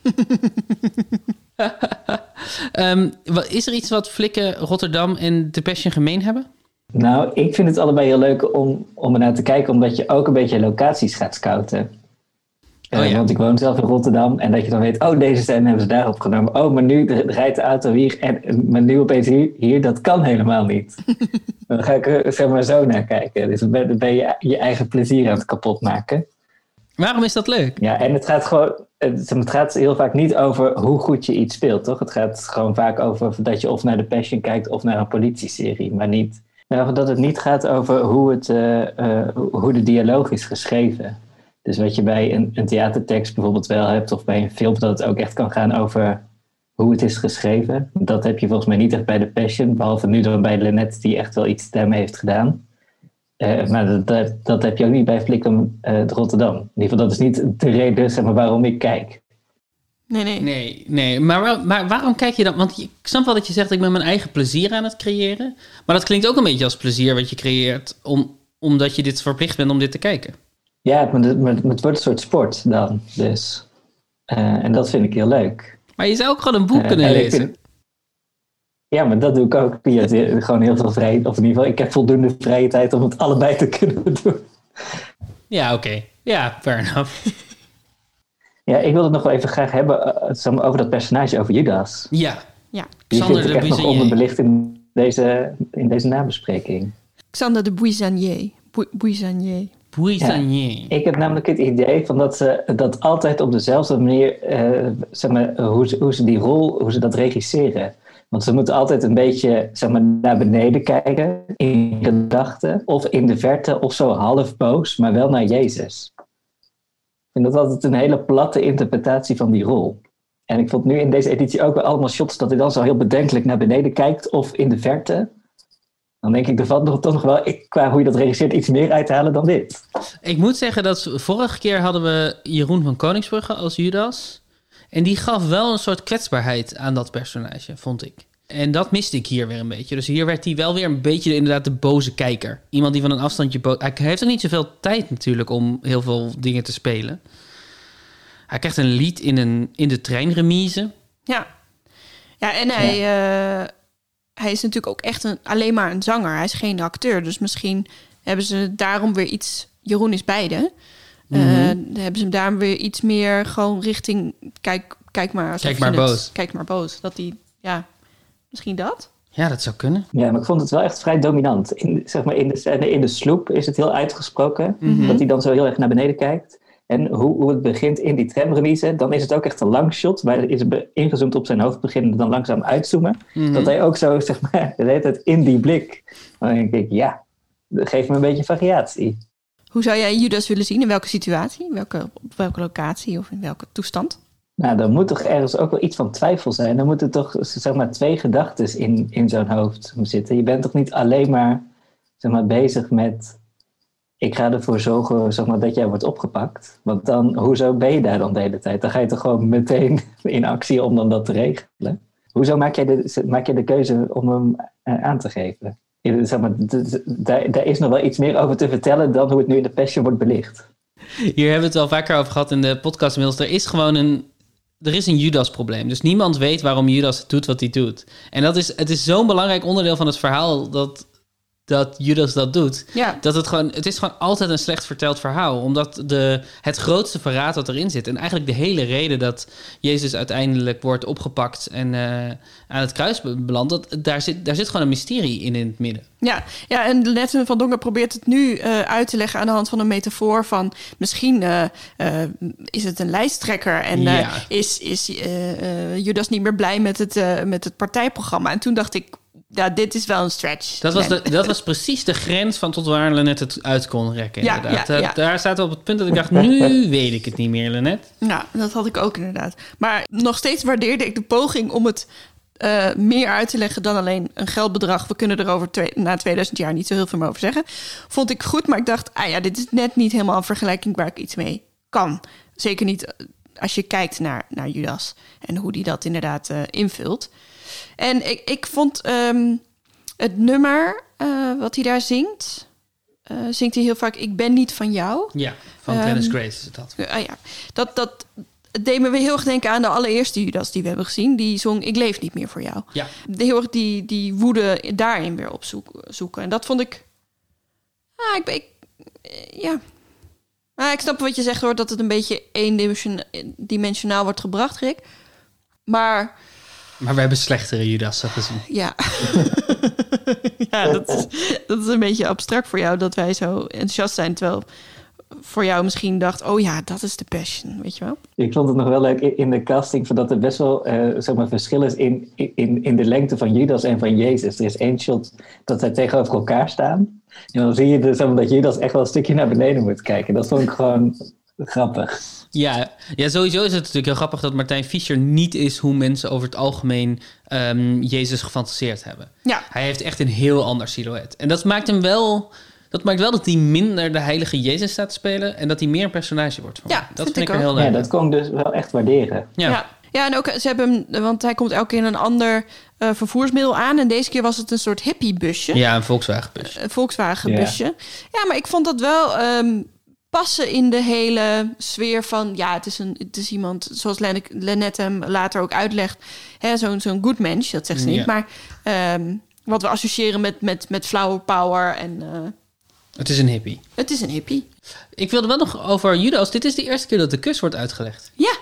Is er iets wat Flikker Rotterdam en The Passion gemeen hebben? Nou, ik vind het allebei heel leuk om er naar te kijken, omdat je ook een beetje locaties gaat scouten. Want ik woon zelf in Rotterdam en dat je dan weet, deze scène hebben ze daar opgenomen. Oh, maar nu rijdt de auto hier maar nu opeens hier, dat kan helemaal niet. Dan ga ik er zo naar kijken. Dus dan ben je je eigen plezier aan het kapot maken. Waarom is dat leuk? Ja, en het gaat gewoon, het gaat heel vaak niet over hoe goed je iets speelt, toch? Het gaat gewoon vaak over dat je of naar de Passion kijkt of naar een politieserie, maar niet... dat het niet gaat over hoe de dialoog is geschreven. Dus wat je bij een theatertekst bijvoorbeeld wel hebt, of bij een film, dat het ook echt kan gaan over hoe het is geschreven. Dat heb je volgens mij niet echt bij de Passion, behalve nu dan bij Lynette, die echt wel iets daarmee heeft gedaan. Maar dat heb je ook niet bij Flikker Rotterdam. In ieder geval, dat is niet de reden, zeg maar, waarom ik kijk. Nee. Maar waarom kijk je dan? Want ik snap wel dat je zegt, ik ben mijn eigen plezier aan het creëren. Maar dat klinkt ook een beetje als plezier wat je creëert, omdat je dit verplicht bent om dit te kijken. Ja, maar het wordt een soort sport dan. Dus. En dat vind ik heel leuk. Maar je zou ook gewoon een boek kunnen lezen. Ja, maar dat doe ik ook. Je hebt gewoon heel veel vrijheid. Of in ieder geval, ik heb voldoende vrije tijd om het allebei te kunnen doen. Ja, oké. Ja, fair enough. Ja, ik wil het nog wel even graag hebben over dat personage, over Judas. Ja. Xander de Buissanier. Die vind ik echt nog onderbelicht in deze nabespreking. Xander de Buissanier. Buissanier. Ja, ik heb namelijk het idee van dat ze dat altijd op dezelfde manier, hoe ze dat regisseren. Want ze moeten altijd een beetje, naar beneden kijken in gedachten of in de verte of zo half boos, maar wel naar Jezus. Ik vind dat altijd een hele platte interpretatie van die rol. En ik vond nu in deze editie ook wel allemaal shots dat hij dan zo heel bedenkelijk naar beneden kijkt of in de verte. Dan denk ik, er valt toch nog wel, qua hoe je dat regisseert, iets meer uit te halen dan dit. Ik moet zeggen dat vorige keer hadden we Jeroen van Koningsbrugge als Judas. En die gaf wel een soort kwetsbaarheid aan dat personage, vond ik. En dat miste ik hier weer een beetje. Dus hier werd hij wel weer een beetje inderdaad de boze kijker. Iemand die van een afstandje... Hij heeft ook niet zoveel tijd natuurlijk om heel veel dingen te spelen. Hij krijgt een lied in de treinremise. Ja, en hij is natuurlijk ook echt alleen maar een zanger. Hij is geen acteur. Dus misschien hebben ze daarom weer iets... Jeroen is beide. Hebben ze hem daarom weer iets meer gewoon richting... Kijk maar boos. Dat hij... Ja, misschien dat? Ja, dat zou kunnen. Ja, maar ik vond het wel echt vrij dominant. In de scène in de sloep is het heel uitgesproken. Dat hij dan zo heel erg naar beneden kijkt. En hoe het begint in die tramremise, dan is het ook echt een lang shot. Waar is het ingezoomd op zijn hoofd, beginnen dan langzaam uitzoomen. Dat hij ook zo, de hele tijd in die blik. Dan denk ik, ja, geef me een beetje variatie. Hoe zou jij Judas willen zien? In welke situatie? Op welke locatie of in welke toestand? Nou, dan moet toch ergens ook wel iets van twijfel zijn. Dan moeten toch, 2 gedachten in zo'n hoofd zitten. Je bent toch niet alleen maar, bezig met... Ik ga ervoor zorgen, dat jij wordt opgepakt. Want dan, hoezo ben je daar dan de hele tijd? Dan ga je toch gewoon meteen in actie om dan dat te regelen? hoezo maak je de keuze om hem aan te geven? Zeg maar, daar is nog wel iets meer over te vertellen dan hoe het nu in de Passion wordt belicht. Hier hebben we het al vaker over gehad in de podcast inmiddels. Er is een Judas-probleem. Dus niemand weet waarom Judas doet wat hij doet. En het is zo'n belangrijk onderdeel van het verhaal dat Judas dat doet. Ja. Het is gewoon altijd een slecht verteld verhaal. Omdat het grootste verraad wat erin zit... en eigenlijk de hele reden dat Jezus uiteindelijk wordt opgepakt... en aan het kruis belandt... daar zit gewoon een mysterie in het midden. Ja, en Lenette van Dongen probeert het nu uit te leggen... aan de hand van een metafoor van... misschien is het een lijsttrekker... en is Judas niet meer blij met het partijprogramma. En toen dacht ik... Ja, dit is wel een stretch. Dat was precies de grens van tot waar Lenette het uit kon rekken. Ja. Daar staat op het punt dat ik dacht, nu weet ik het niet meer, Lenette. Ja, dat had ik ook inderdaad. Maar nog steeds waardeerde ik de poging om het meer uit te leggen dan alleen een geldbedrag. We kunnen er na 2000 jaar niet zo heel veel meer over zeggen. Vond ik goed, maar ik dacht, dit is net niet helemaal een vergelijking waar ik iets mee kan. Zeker niet als je kijkt naar Judas en hoe die dat inderdaad invult. En ik vond het nummer wat hij daar zingt... zingt hij heel vaak... Ik ben niet van jou. Ja, van Gladys Grace is dat. Dat deed me weer heel erg denken aan de allereerste Judas die we hebben gezien. Die zong Ik leef niet meer voor jou. Ja. Heel erg die woede daarin weer opzoeken. En dat vond ik... ik snap wat je zegt hoor... dat het een beetje eendimensionaal wordt gebracht, Rick. Maar we hebben slechtere Judas gezien. Ja, dat is een beetje abstract voor jou... dat wij zo enthousiast zijn... terwijl voor jou misschien dacht... oh ja, dat is de Passion, weet je wel? Ik vond het nog wel leuk in de casting... dat er best wel verschil is in de lengte van Judas en van Jezus. Er is één shot dat zij tegenover elkaar staan. En dan zie je dus, dat Judas echt wel een stukje naar beneden moet kijken. Dat vond ik gewoon grappig. Ja, sowieso is het natuurlijk heel grappig dat Martijn Fischer niet is hoe mensen over het algemeen Jezus gefantaseerd hebben. Ja. Hij heeft echt een heel ander silhouet. En dat maakt wel dat hij minder de heilige Jezus staat te spelen en dat hij meer een personage wordt. Ja, dat vind ik er heel leuk. Ja, dat kon ik dus wel echt waarderen. Ja, en ook ze hebben hem, want hij komt elke keer in een ander vervoersmiddel aan. En deze keer was het een soort hippiebusje. Ja, een Volkswagenbusje. Een Volkswagenbusje. Ja, maar ik vond dat wel passen in de hele sfeer van... ja, het is iemand, zoals Lenette hem later ook uitlegt... zo'n good mensch, dat zegt ze niet. Maar wat we associëren met flower power en... het is een hippie. Het is een hippie. Ik wilde wel nog over Judas. Dit is de eerste keer dat de kus wordt uitgelegd. Ja.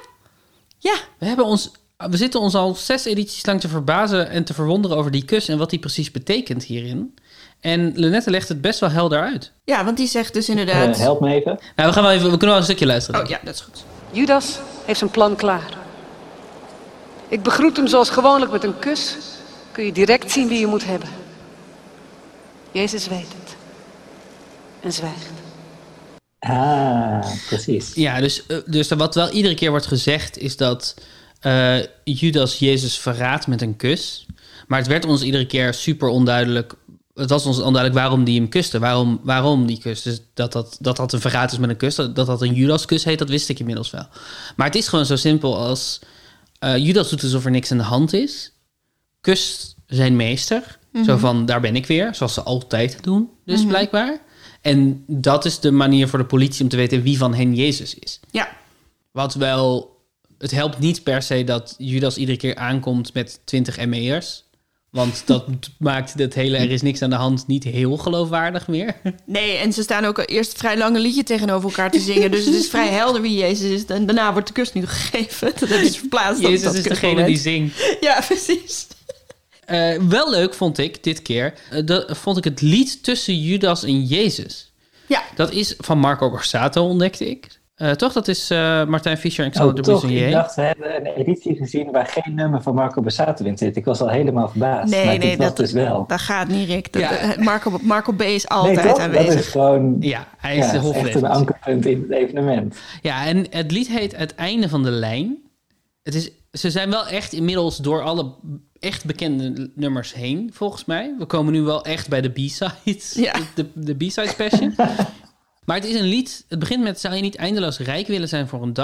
We zitten ons al 6 edities lang te verbazen en te verwonderen over die kus... en wat die precies betekent hierin... En Lenette legt het best wel helder uit. Ja, want die zegt dus inderdaad... help me even. Nou, we kunnen wel een stukje luisteren. Oh ja, dat is goed. Judas heeft zijn plan klaar. Ik begroet hem zoals gewoonlijk met een kus. Kun je direct zien wie je moet hebben. Jezus weet het. En zwijgt. Ah, precies. Ja, dus wat wel iedere keer wordt gezegd... is dat Judas Jezus verraadt met een kus. Maar het werd ons iedere keer super onduidelijk... Het was ons onduidelijk waarom die hem kuste. Waarom die kus. Dus dat een verraad is met een kus. Dat een Judas-kus heet, dat wist ik inmiddels wel. Maar het is gewoon zo simpel als... Judas doet alsof er niks aan de hand is. Kust zijn meester. Mm-hmm. Zo van, daar ben ik weer. Zoals ze altijd doen, dus blijkbaar. En dat is de manier voor de politie om te weten wie van hen Jezus is. Ja. Wat wel... Het helpt niet per se dat Judas iedere keer aankomt met 20 ME'ers... Want dat maakt het hele er is niks aan de hand niet heel geloofwaardig meer. Nee, en ze staan ook eerst vrij lang een liedje tegenover elkaar te zingen. Dus het is vrij helder wie Jezus is. En daarna wordt de kus niet gegeven. Dat hebben ze verplaatst. Jezus is degene die zingt. Ja, precies. Wel leuk vond ik dit keer. Vond ik het lied tussen Judas en Jezus. Ja. Dat is van Marco Borsato, ontdekte ik. Toch? Dat is Martijn Fischer en Xander de Buissonnier. Ik dacht, we hebben een editie gezien waar geen nummer van Marco Borsato in zit. Ik was al helemaal verbaasd. Nee, dat dus wel. Dat gaat niet, Rick. Marco B is altijd aanwezig. Dat is gewoon... Ja, hij is de hoflid. Echt een ankerpunt in het evenement. Ja, en het lied heet Het Einde van de Lijn. Ze zijn wel echt inmiddels door alle echt bekende nummers heen, volgens mij. We komen nu wel echt bij de B-sides. Ja. De B-sides Passion. Maar het is een lied, het begint met... Zou je niet eindeloos rijk willen zijn voor een dag?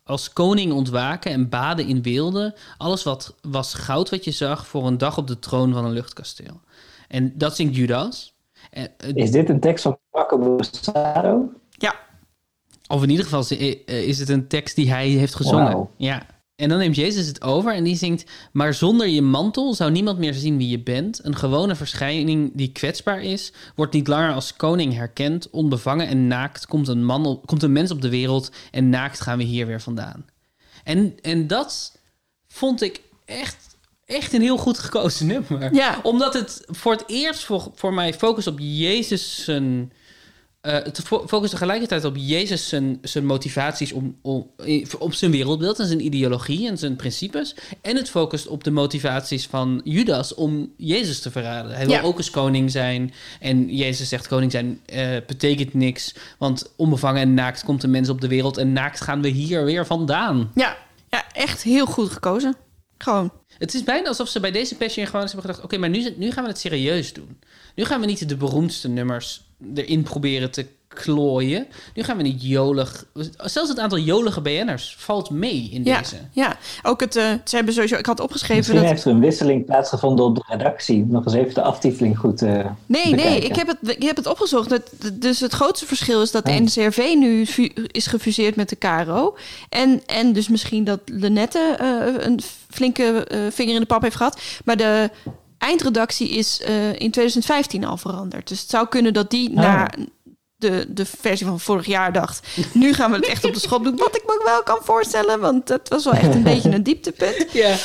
als koning ontwaken en baden in weelde. Alles wat was goud wat je zag voor een dag op de troon van een luchtkasteel. En dat zingt Judas. Is dit een tekst van Marco Borsato? Ja. Of in ieder geval is het een tekst die hij heeft gezongen. Wow. Ja. En dan neemt Jezus het over en die zingt... Maar zonder je mantel zou niemand meer zien wie je bent. Een gewone verschijning die kwetsbaar is... wordt niet langer als koning herkend. Onbevangen en naakt komt een mens op de wereld... en naakt gaan we hier weer vandaan. En dat vond ik echt een heel goed gekozen nummer. Ja. Omdat het voor het eerst voor mij focust op Jezus zijn... Het focust tegelijkertijd op Jezus zijn motivaties op zijn wereldbeeld en zijn ideologie en zijn principes. En het focust op de motivaties van Judas om Jezus te verraden. Hij wil ook eens koning zijn. En Jezus zegt koning zijn betekent niks. Want onbevangen en naakt komt een mens op de wereld. En naakt gaan we hier weer vandaan. Ja, echt heel goed gekozen. Gewoon. Het is bijna alsof ze bij deze Passion gewoon hebben gedacht... Oké, maar nu gaan we het serieus doen. Nu gaan we niet de beroemdste nummers erin proberen te klooien. Nu gaan we niet jolig... Zelfs het aantal jolige BN'ers valt mee in deze. Ja, ook ze hebben sowieso... Ik had opgeschreven Misschien heeft er een wisseling plaatsgevonden op de redactie. Nog eens even de aftiteling goed Nee, ik heb het opgezocht. Dus het grootste verschil is dat de NCRV nu is gefuseerd met de KRO. En dus misschien dat Lenette een flinke vinger in de pap heeft gehad. Maar de eindredactie is in 2015 al veranderd. Dus het zou kunnen dat die na de versie van vorig jaar dacht... nu gaan we het echt op de schop doen. Wat ik me wel kan voorstellen, want dat was wel echt een beetje een dieptepunt. Ja.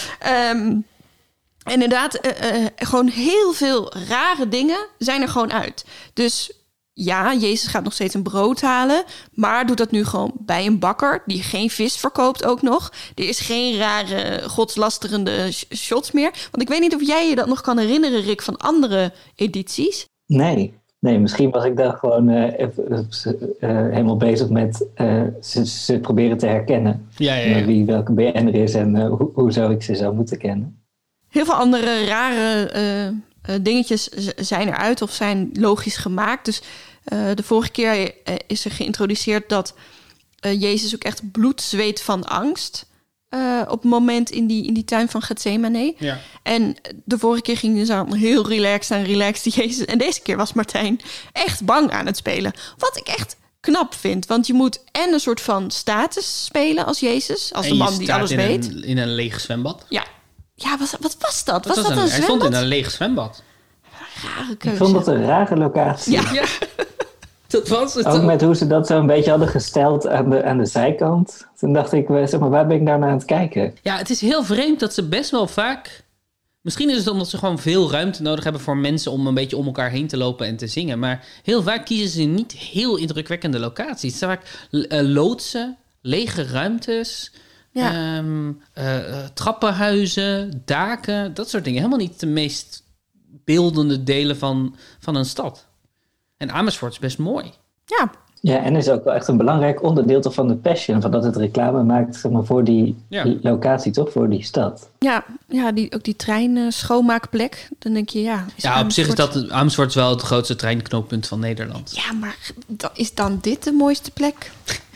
Inderdaad, gewoon heel veel rare dingen zijn er gewoon uit. Dus ja, Jezus gaat nog steeds een brood halen... maar doet dat nu gewoon bij een bakker... die geen vis verkoopt ook nog. Er is geen rare godslasterende shots meer. Want ik weet niet of jij je dat nog kan herinneren, Rick... van andere edities. Nee, misschien was ik daar gewoon helemaal bezig met... ze proberen te herkennen. Ja. Wie welke BN'er is en hoe zou ik ze zo moeten kennen. Heel veel andere rare dingetjes zijn eruit of zijn logisch gemaakt. Dus de vorige keer is er geïntroduceerd dat Jezus ook echt bloed zweet van angst... op het moment in die tuin van Gethsemane. Ja. En de vorige keer ging dus aan heel relaxed Jezus. En deze keer was Martijn echt bang aan het spelen. Wat ik echt knap vind. Want je moet en een soort van status spelen als Jezus. Als de man die alles weet. In een leeg zwembad. Ja, wat was dat? Was dat een zwembad? Hij stond in een leeg zwembad. Rare keuze. Ik vond dat een rare locatie. Ja. Dat was het. Ook met hoe ze dat zo een beetje hadden gesteld aan de zijkant. Toen dacht ik, zeg maar, waar ben ik nou naar aan het kijken? Ja, het is heel vreemd dat ze best wel vaak... Misschien is het omdat ze gewoon veel ruimte nodig hebben voor mensen... om een beetje om elkaar heen te lopen en te zingen. Maar heel vaak kiezen ze niet heel indrukwekkende locaties. Het zijn vaak loodsen, lege ruimtes... Ja. Trappenhuizen, daken, dat soort dingen. Helemaal niet de meest beeldende delen van een stad. En Amersfoort is best mooi. Ja, en is ook wel echt een belangrijk onderdeel toch van de Passion. Van dat het reclame maakt, zeg maar, voor die locatie, toch? Voor die stad. Ja, ook die trein schoonmaakplek. Dan denk je, op zich is Amersfoort wel het grootste treinknooppunt van Nederland. Ja, maar is dan dit de mooiste plek?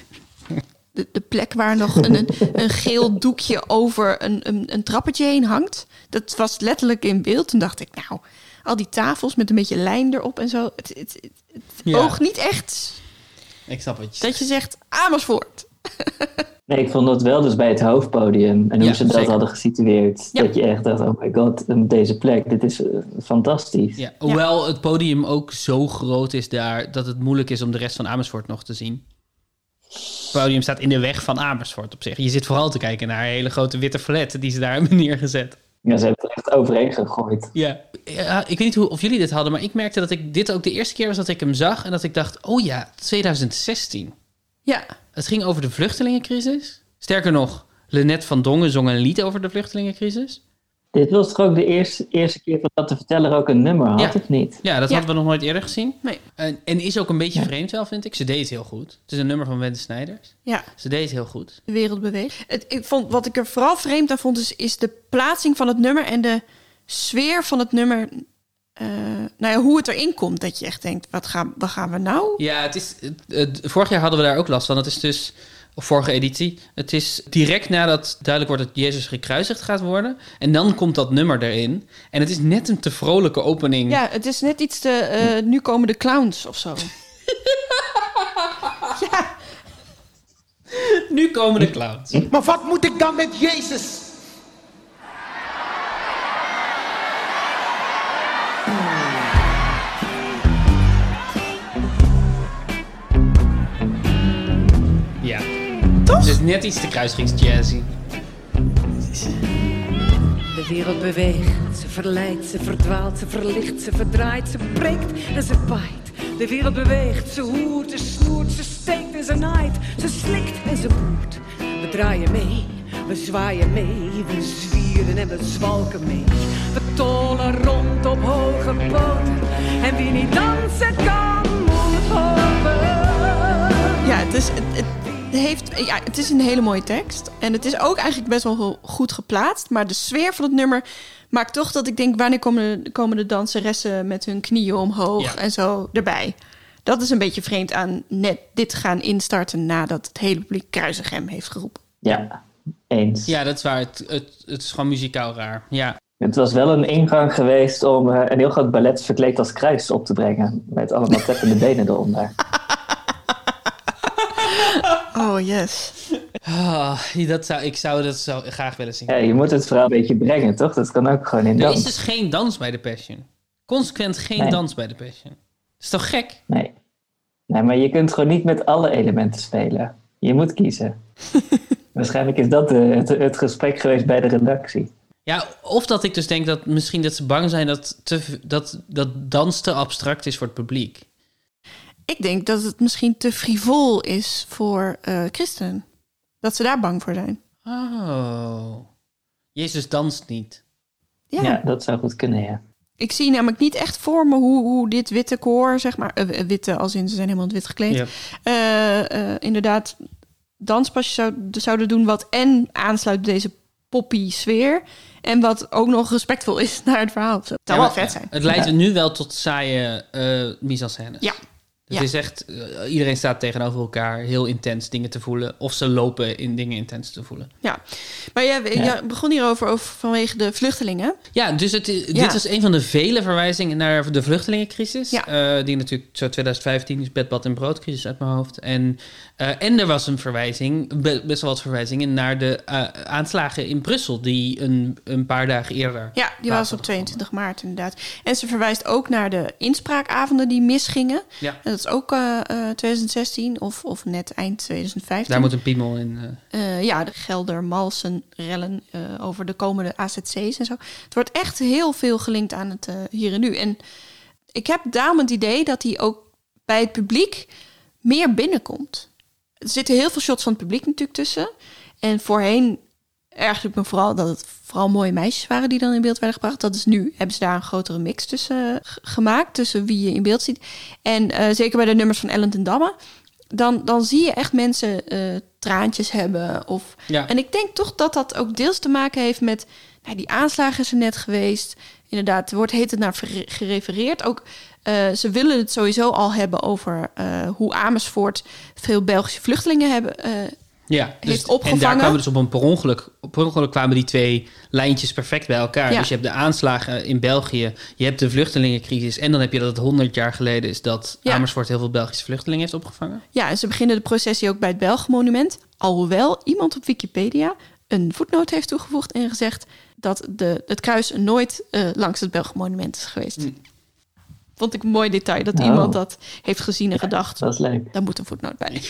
De plek waar nog een geel doekje over een trappetje heen hangt. Dat was letterlijk in beeld. Toen dacht ik, nou, al die tafels met een beetje lijn erop en zo. Het oogt niet echt... Ik snap wat je zegt. Dat je zegt Amersfoort. Nee, ik vond dat wel dus bij het hoofdpodium. En hoe ze dat hadden gesitueerd. Ja. Dat je echt dacht, oh my god, deze plek, dit is fantastisch. Ja, hoewel het podium ook zo groot is daar... dat het moeilijk is om de rest van Amersfoort nog te zien. Het podium staat in de weg van Amersfoort op zich. Je zit vooral te kijken naar een hele grote witte flat die ze daar hebben neergezet. Ja, ze hebben het echt overheen gegooid. Ja, ik weet niet of jullie dit hadden, maar ik merkte dat ik dit ook de eerste keer was dat ik hem zag en dat ik dacht, 2016. Ja. Het ging over de vluchtelingencrisis. Sterker nog, Lenette van Dongen zong een lied over de vluchtelingencrisis. Dit was toch ook de eerste keer dat de verteller ook een nummer had, of niet? Ja, dat hadden we nog nooit eerder gezien. Nee. En is ook een beetje vreemd wel, vind ik. Ze deed het heel goed. Het is een nummer van Wende Snijders. Ja. Ze deed het heel goed. De wereld beweegt. Wat ik er vooral vreemd aan vond, is de plaatsing van het nummer en de sfeer van het nummer. Hoe het erin komt. Dat je echt denkt, wat gaan we nou? Ja, vorig jaar hadden we daar ook last van. Het is dus Of vorige editie. Het is direct nadat duidelijk wordt dat Jezus gekruisigd gaat worden. En dan komt dat nummer erin. En het is net een te vrolijke opening. Ja, het is net iets te... nu komen de clowns of zo. Ja. Nu komen de clowns. Maar wat moet ik dan met Jezus? Ja. Toch? Het is net iets te kruisigingsjazzy. De wereld beweegt, ze verleidt, ze verdwaalt, ze verlicht, ze verdraait, ze breekt en ze paait. De wereld beweegt, ze hoert, ze snoert, ze steekt en ze naait, ze slikt en ze boert. We draaien mee, we zwaaien mee, we zwieren en we zwalken mee. We tollen rond op hoge poten en wie niet dansen kan, moet hopen. Ja, het is een hele mooie tekst. En het is ook eigenlijk best wel goed geplaatst. Maar de sfeer van het nummer maakt toch dat ik denk... wanneer komen de danseressen met hun knieën omhoog en zo erbij. Dat is een beetje vreemd aan net dit gaan instarten... nadat het hele publiek kruisig hem heeft geroepen. Ja, eens. Ja, dat is waar. Het is gewoon muzikaal raar. Ja. Het was wel een ingang geweest om een heel groot ballet verkleed als kruis op te brengen. Met allemaal teppende benen eronder. Oh, yes. Ik zou dat zo graag willen zien. Ja, je moet het vooral een beetje brengen, toch? Dat kan ook gewoon in dans. Er is dus geen dans bij The Passion. Consequent geen dans bij The Passion. Dat is toch gek? Nee, maar je kunt gewoon niet met alle elementen spelen. Je moet kiezen. Waarschijnlijk is dat het gesprek geweest bij de redactie. Ja, of dat ik dus denk dat misschien dat ze bang zijn dat dans te abstract is voor het publiek. Ik denk dat het misschien te frivol is voor christenen. Dat ze daar bang voor zijn. Oh. Jezus danst niet. Ja, dat zou goed kunnen, ja. Ik zie namelijk niet echt voor me hoe dit witte koor, zeg maar... witte, als in ze zijn helemaal in het wit gekleed. Ja. Inderdaad, danspasjes zouden doen wat en aansluit bij deze poppy sfeer... en wat ook nog respectvol is naar het verhaal. Het zou wel vet zijn. Het leidt nu wel tot saaie mise-en-scènes. Ja. Het is echt, iedereen staat tegenover elkaar heel intens dingen te voelen. Of ze lopen in dingen intens te voelen. Ja, maar jij begon hierover vanwege de vluchtelingen. Ja, dus dit was een van de vele verwijzingen naar de vluchtelingencrisis. Ja. Die natuurlijk zo 2015 is bed, bad en broodcrisis uit mijn hoofd. En er was een verwijzing, best wel wat verwijzingen naar de aanslagen in Brussel. Die een paar dagen eerder. Ja, die was op 22 maart inderdaad. En ze verwijst ook naar de inspraakavonden die misgingen. Ja. Dat is ook 2016 of net eind 2015. Daar moet een piemel in. De Gelder-Malsen-rellen over de komende AZC's en zo. Het wordt echt heel veel gelinkt aan het hier en nu. En ik heb daarom het idee dat hij ook bij het publiek meer binnenkomt. Er zitten heel veel shots van het publiek natuurlijk tussen. En voorheen ergerde ik me vooral dat het vooral mooie meisjes waren die dan in beeld werden gebracht. Dat is nu, hebben ze daar een grotere mix tussen gemaakt, tussen wie je in beeld ziet. En zeker bij de nummers van Ellen ten Damme, dan zie je echt mensen traantjes hebben. En ik denk toch dat dat ook deels te maken heeft met, die aanslagen is er net geweest. Inderdaad, er wordt heet naar gerefereerd. Ook ze willen het sowieso al hebben over hoe Amersfoort veel Belgische vluchtelingen hebben heeft opgevangen. En daar kwamen dus op een per ongeluk kwamen die twee lijntjes perfect bij elkaar. Ja. Dus je hebt de aanslagen in België, je hebt de vluchtelingencrisis en dan heb je dat het 100 jaar geleden is dat Amersfoort heel veel Belgische vluchtelingen heeft opgevangen. Ja, en ze beginnen de processie ook bij het Belgenmonument. Alhoewel iemand op Wikipedia een voetnoot heeft toegevoegd en gezegd dat het kruis nooit langs het Belgenmonument is geweest. Vond ik een mooi detail dat iemand dat heeft gezien en gedacht. Dat is leuk. Daar moet een voetnoot bij.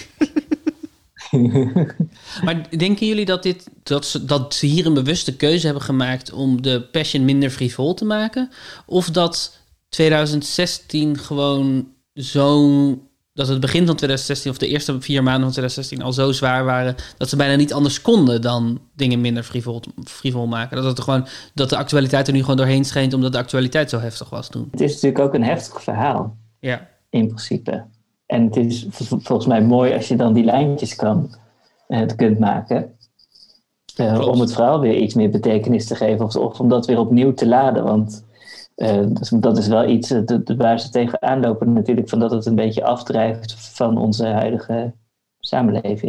Maar denken jullie dat ze hier een bewuste keuze hebben gemaakt om de Passion minder frivol te maken? Of dat 2016 gewoon dat het begin van 2016 of de eerste 4 maanden van 2016 al zo zwaar waren dat ze bijna niet anders konden dan dingen minder frivol maken? Dat de actualiteit er nu gewoon doorheen schijnt omdat de actualiteit zo heftig was toen. Het is natuurlijk ook een heftig verhaal. Ja. In principe. En het is volgens mij mooi als je dan die lijntjes kunt maken. Om het verhaal weer iets meer betekenis te geven. Of om dat weer opnieuw te laden. Want dat is wel iets waar ze tegenaan lopen natuurlijk. Van dat het een beetje afdrijft van onze huidige samenleving.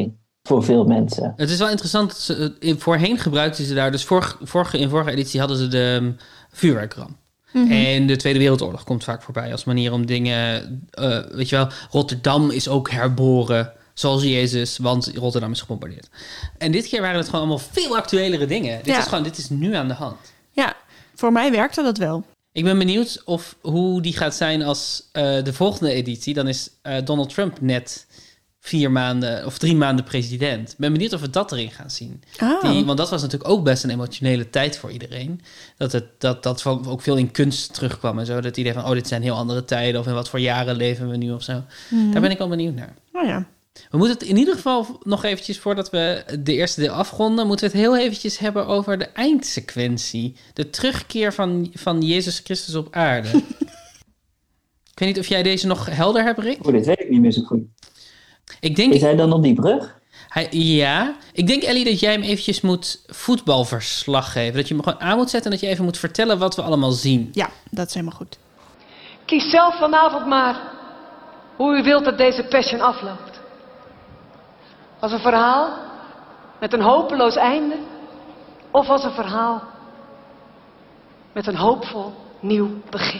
voor veel mensen. Het is wel interessant. Dat ze, voorheen gebruikten ze daar... Dus in vorige editie hadden ze de vuurwerkramp. Mm-hmm. En de Tweede Wereldoorlog komt vaak voorbij als manier om dingen... weet je wel, Rotterdam is ook herboren... Zoals Jezus, want Rotterdam is gebombardeerd. En dit keer waren het gewoon allemaal veel actuelere dingen. Dit is nu aan de hand. Ja, voor mij werkte dat wel. Ik ben benieuwd hoe die gaat zijn als de volgende editie. Dan is Donald Trump net 4 maanden of 3 maanden president. Ik ben benieuwd of we dat erin gaan zien. Oh. Want dat was natuurlijk ook best een emotionele tijd voor iedereen. Dat ook veel in kunst terugkwam en zo. Dat iedereen van, dit zijn heel andere tijden. Of in wat voor jaren leven we nu of zo. Mm-hmm. Daar ben ik wel benieuwd naar. Oh ja. We moeten het in ieder geval nog eventjes, voordat we de eerste deel afronden... moeten we het heel eventjes hebben over de eindsequentie. De terugkeer van Jezus Christus op aarde. Ik weet niet of jij deze nog helder hebt, Rick? Dit weet ik niet meer zo goed. Is hij dan op die brug? Ja. Ik denk, Ellie, dat jij hem eventjes moet voetbalverslag geven. Dat je hem gewoon aan moet zetten en dat je even moet vertellen wat we allemaal zien. Ja, dat is helemaal goed. Kies zelf vanavond maar hoe u wilt dat deze Passion afloopt. Als een verhaal met een hopeloos einde, of als een verhaal met een hoopvol nieuw begin.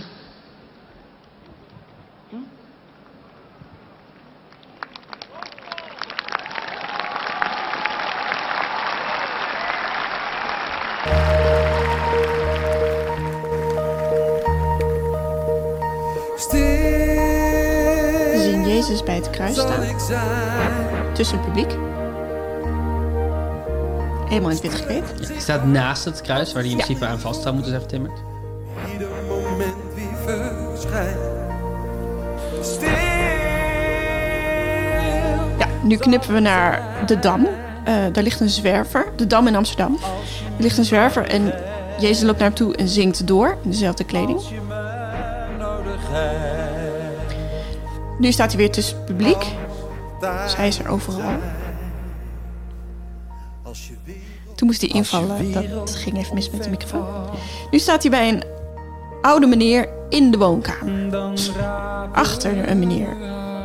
We zien Jezus bij het kruis staan. Tussen het publiek. Helemaal in het wit gekleed. Ja, hij staat naast het kruis, waar hij in principe aan vast zou moeten zijn getimmerd. Ieder moment wie verschijnt. Ja, nu knippen we naar de Dam. Daar ligt een zwerver. De Dam in Amsterdam. Er ligt een zwerver en Jezus loopt naar hem toe en zingt door. In dezelfde kleding. Nu staat hij weer tussen het publiek. Dus hij is er overal. Toen moest hij invallen. Dat ging even mis met de microfoon. Nu staat hij bij een oude meneer in de woonkamer. Achter een meneer.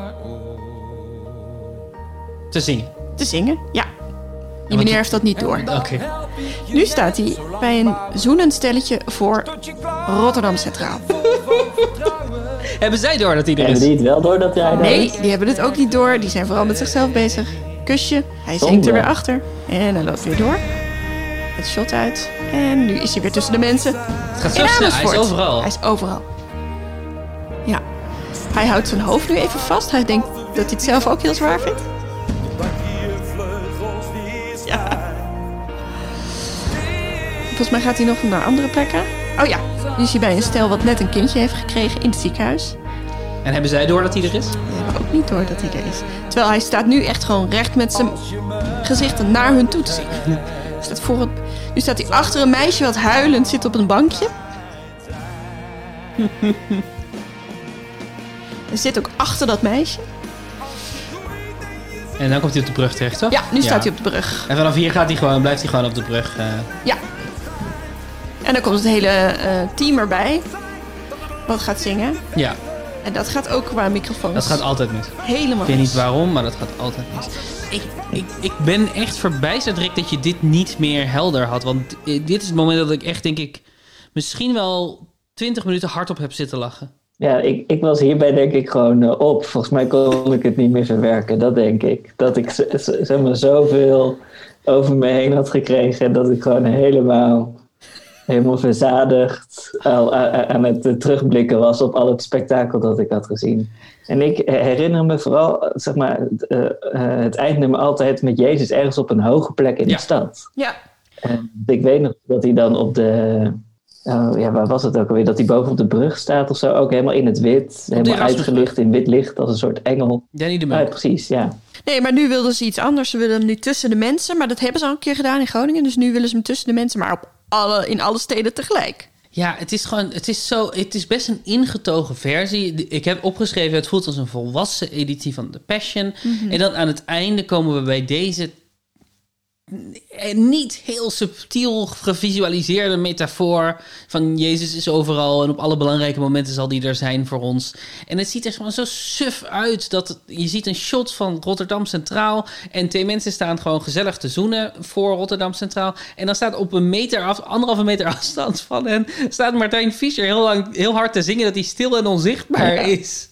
Te zingen, ja. Die meneer heeft dat niet door. Oké. Nu staat hij bij een zoenend stelletje voor Rotterdam Centraal. Hebben zij door dat hij er is? Hebben die het wel door dat hij er is? Nee, die hebben het ook niet door. Die zijn vooral met zichzelf bezig. Kusje, hij zingt er weer achter. En hij loopt weer door. Het shot uit. En nu is hij weer tussen de mensen. Het gaat zo snel, hij is overal. Hij is overal. Ja. Hij houdt zijn hoofd nu even vast. Hij denkt dat hij het zelf ook heel zwaar vindt. Ja. Volgens mij gaat hij nog naar andere plekken. Oh ja, nu is hij bij een stel wat net een kindje heeft gekregen in het ziekenhuis. En hebben zij door dat hij er is? Die hebben ook niet door dat hij er is. Terwijl hij staat nu echt gewoon recht met zijn gezicht naar hun toe te zingen. Nu staat hij achter een meisje wat huilend zit op een bankje. Hij zit ook achter dat meisje. En dan komt hij op de brug terecht, toch? Ja, nu staat hij op de brug. En vanaf hier blijft hij gewoon op de brug. Ja. En dan komt het hele team erbij. Wat gaat zingen. Ja. En dat gaat ook qua microfoons. Dat gaat altijd mis. Helemaal. Ik weet niet waarom, maar dat gaat altijd mis. Ik ben echt verbijsterd, Rick, dat je dit niet meer helder had. Want dit is het moment dat ik echt, denk ik, misschien wel 20 minuten hardop heb zitten lachen. Ja, ik was hierbij denk ik gewoon op. Volgens mij kon ik het niet meer verwerken, dat denk ik. Dat ik zeg maar zoveel over me heen had gekregen dat ik gewoon helemaal verzadigd aan het terugblikken was op al het spektakel dat ik had gezien. En ik herinner me vooral, zeg maar, het eindnummer altijd met Jezus ergens op een hoge plek in de stad. Ja. En ik weet nog dat hij dan op de... waar was het ook alweer? Dat hij boven op de brug staat of zo. Ook helemaal in het wit. Helemaal uitgelicht in wit licht als een soort engel. Danny de Munk. Precies, ja. Nee, maar nu wilden ze iets anders. Ze willen hem nu tussen de mensen. Maar dat hebben ze al een keer gedaan in Groningen. Dus nu willen ze hem tussen de mensen. Maar in alle steden tegelijk. Ja, het is best een ingetogen versie. Ik heb opgeschreven, het voelt als een volwassen editie van The Passion. Mm-hmm. En dan aan het einde komen we bij deze niet heel subtiel gevisualiseerde metafoor van Jezus is overal en op alle belangrijke momenten zal die er zijn voor ons. En het ziet er gewoon zo suf uit dat je ziet een shot van Rotterdam Centraal en 2 mensen staan gewoon gezellig te zoenen voor Rotterdam Centraal. En dan staat op 1,5 meter afstand van hen staat Martijn Fischer heel hard te zingen dat hij stil en onzichtbaar is.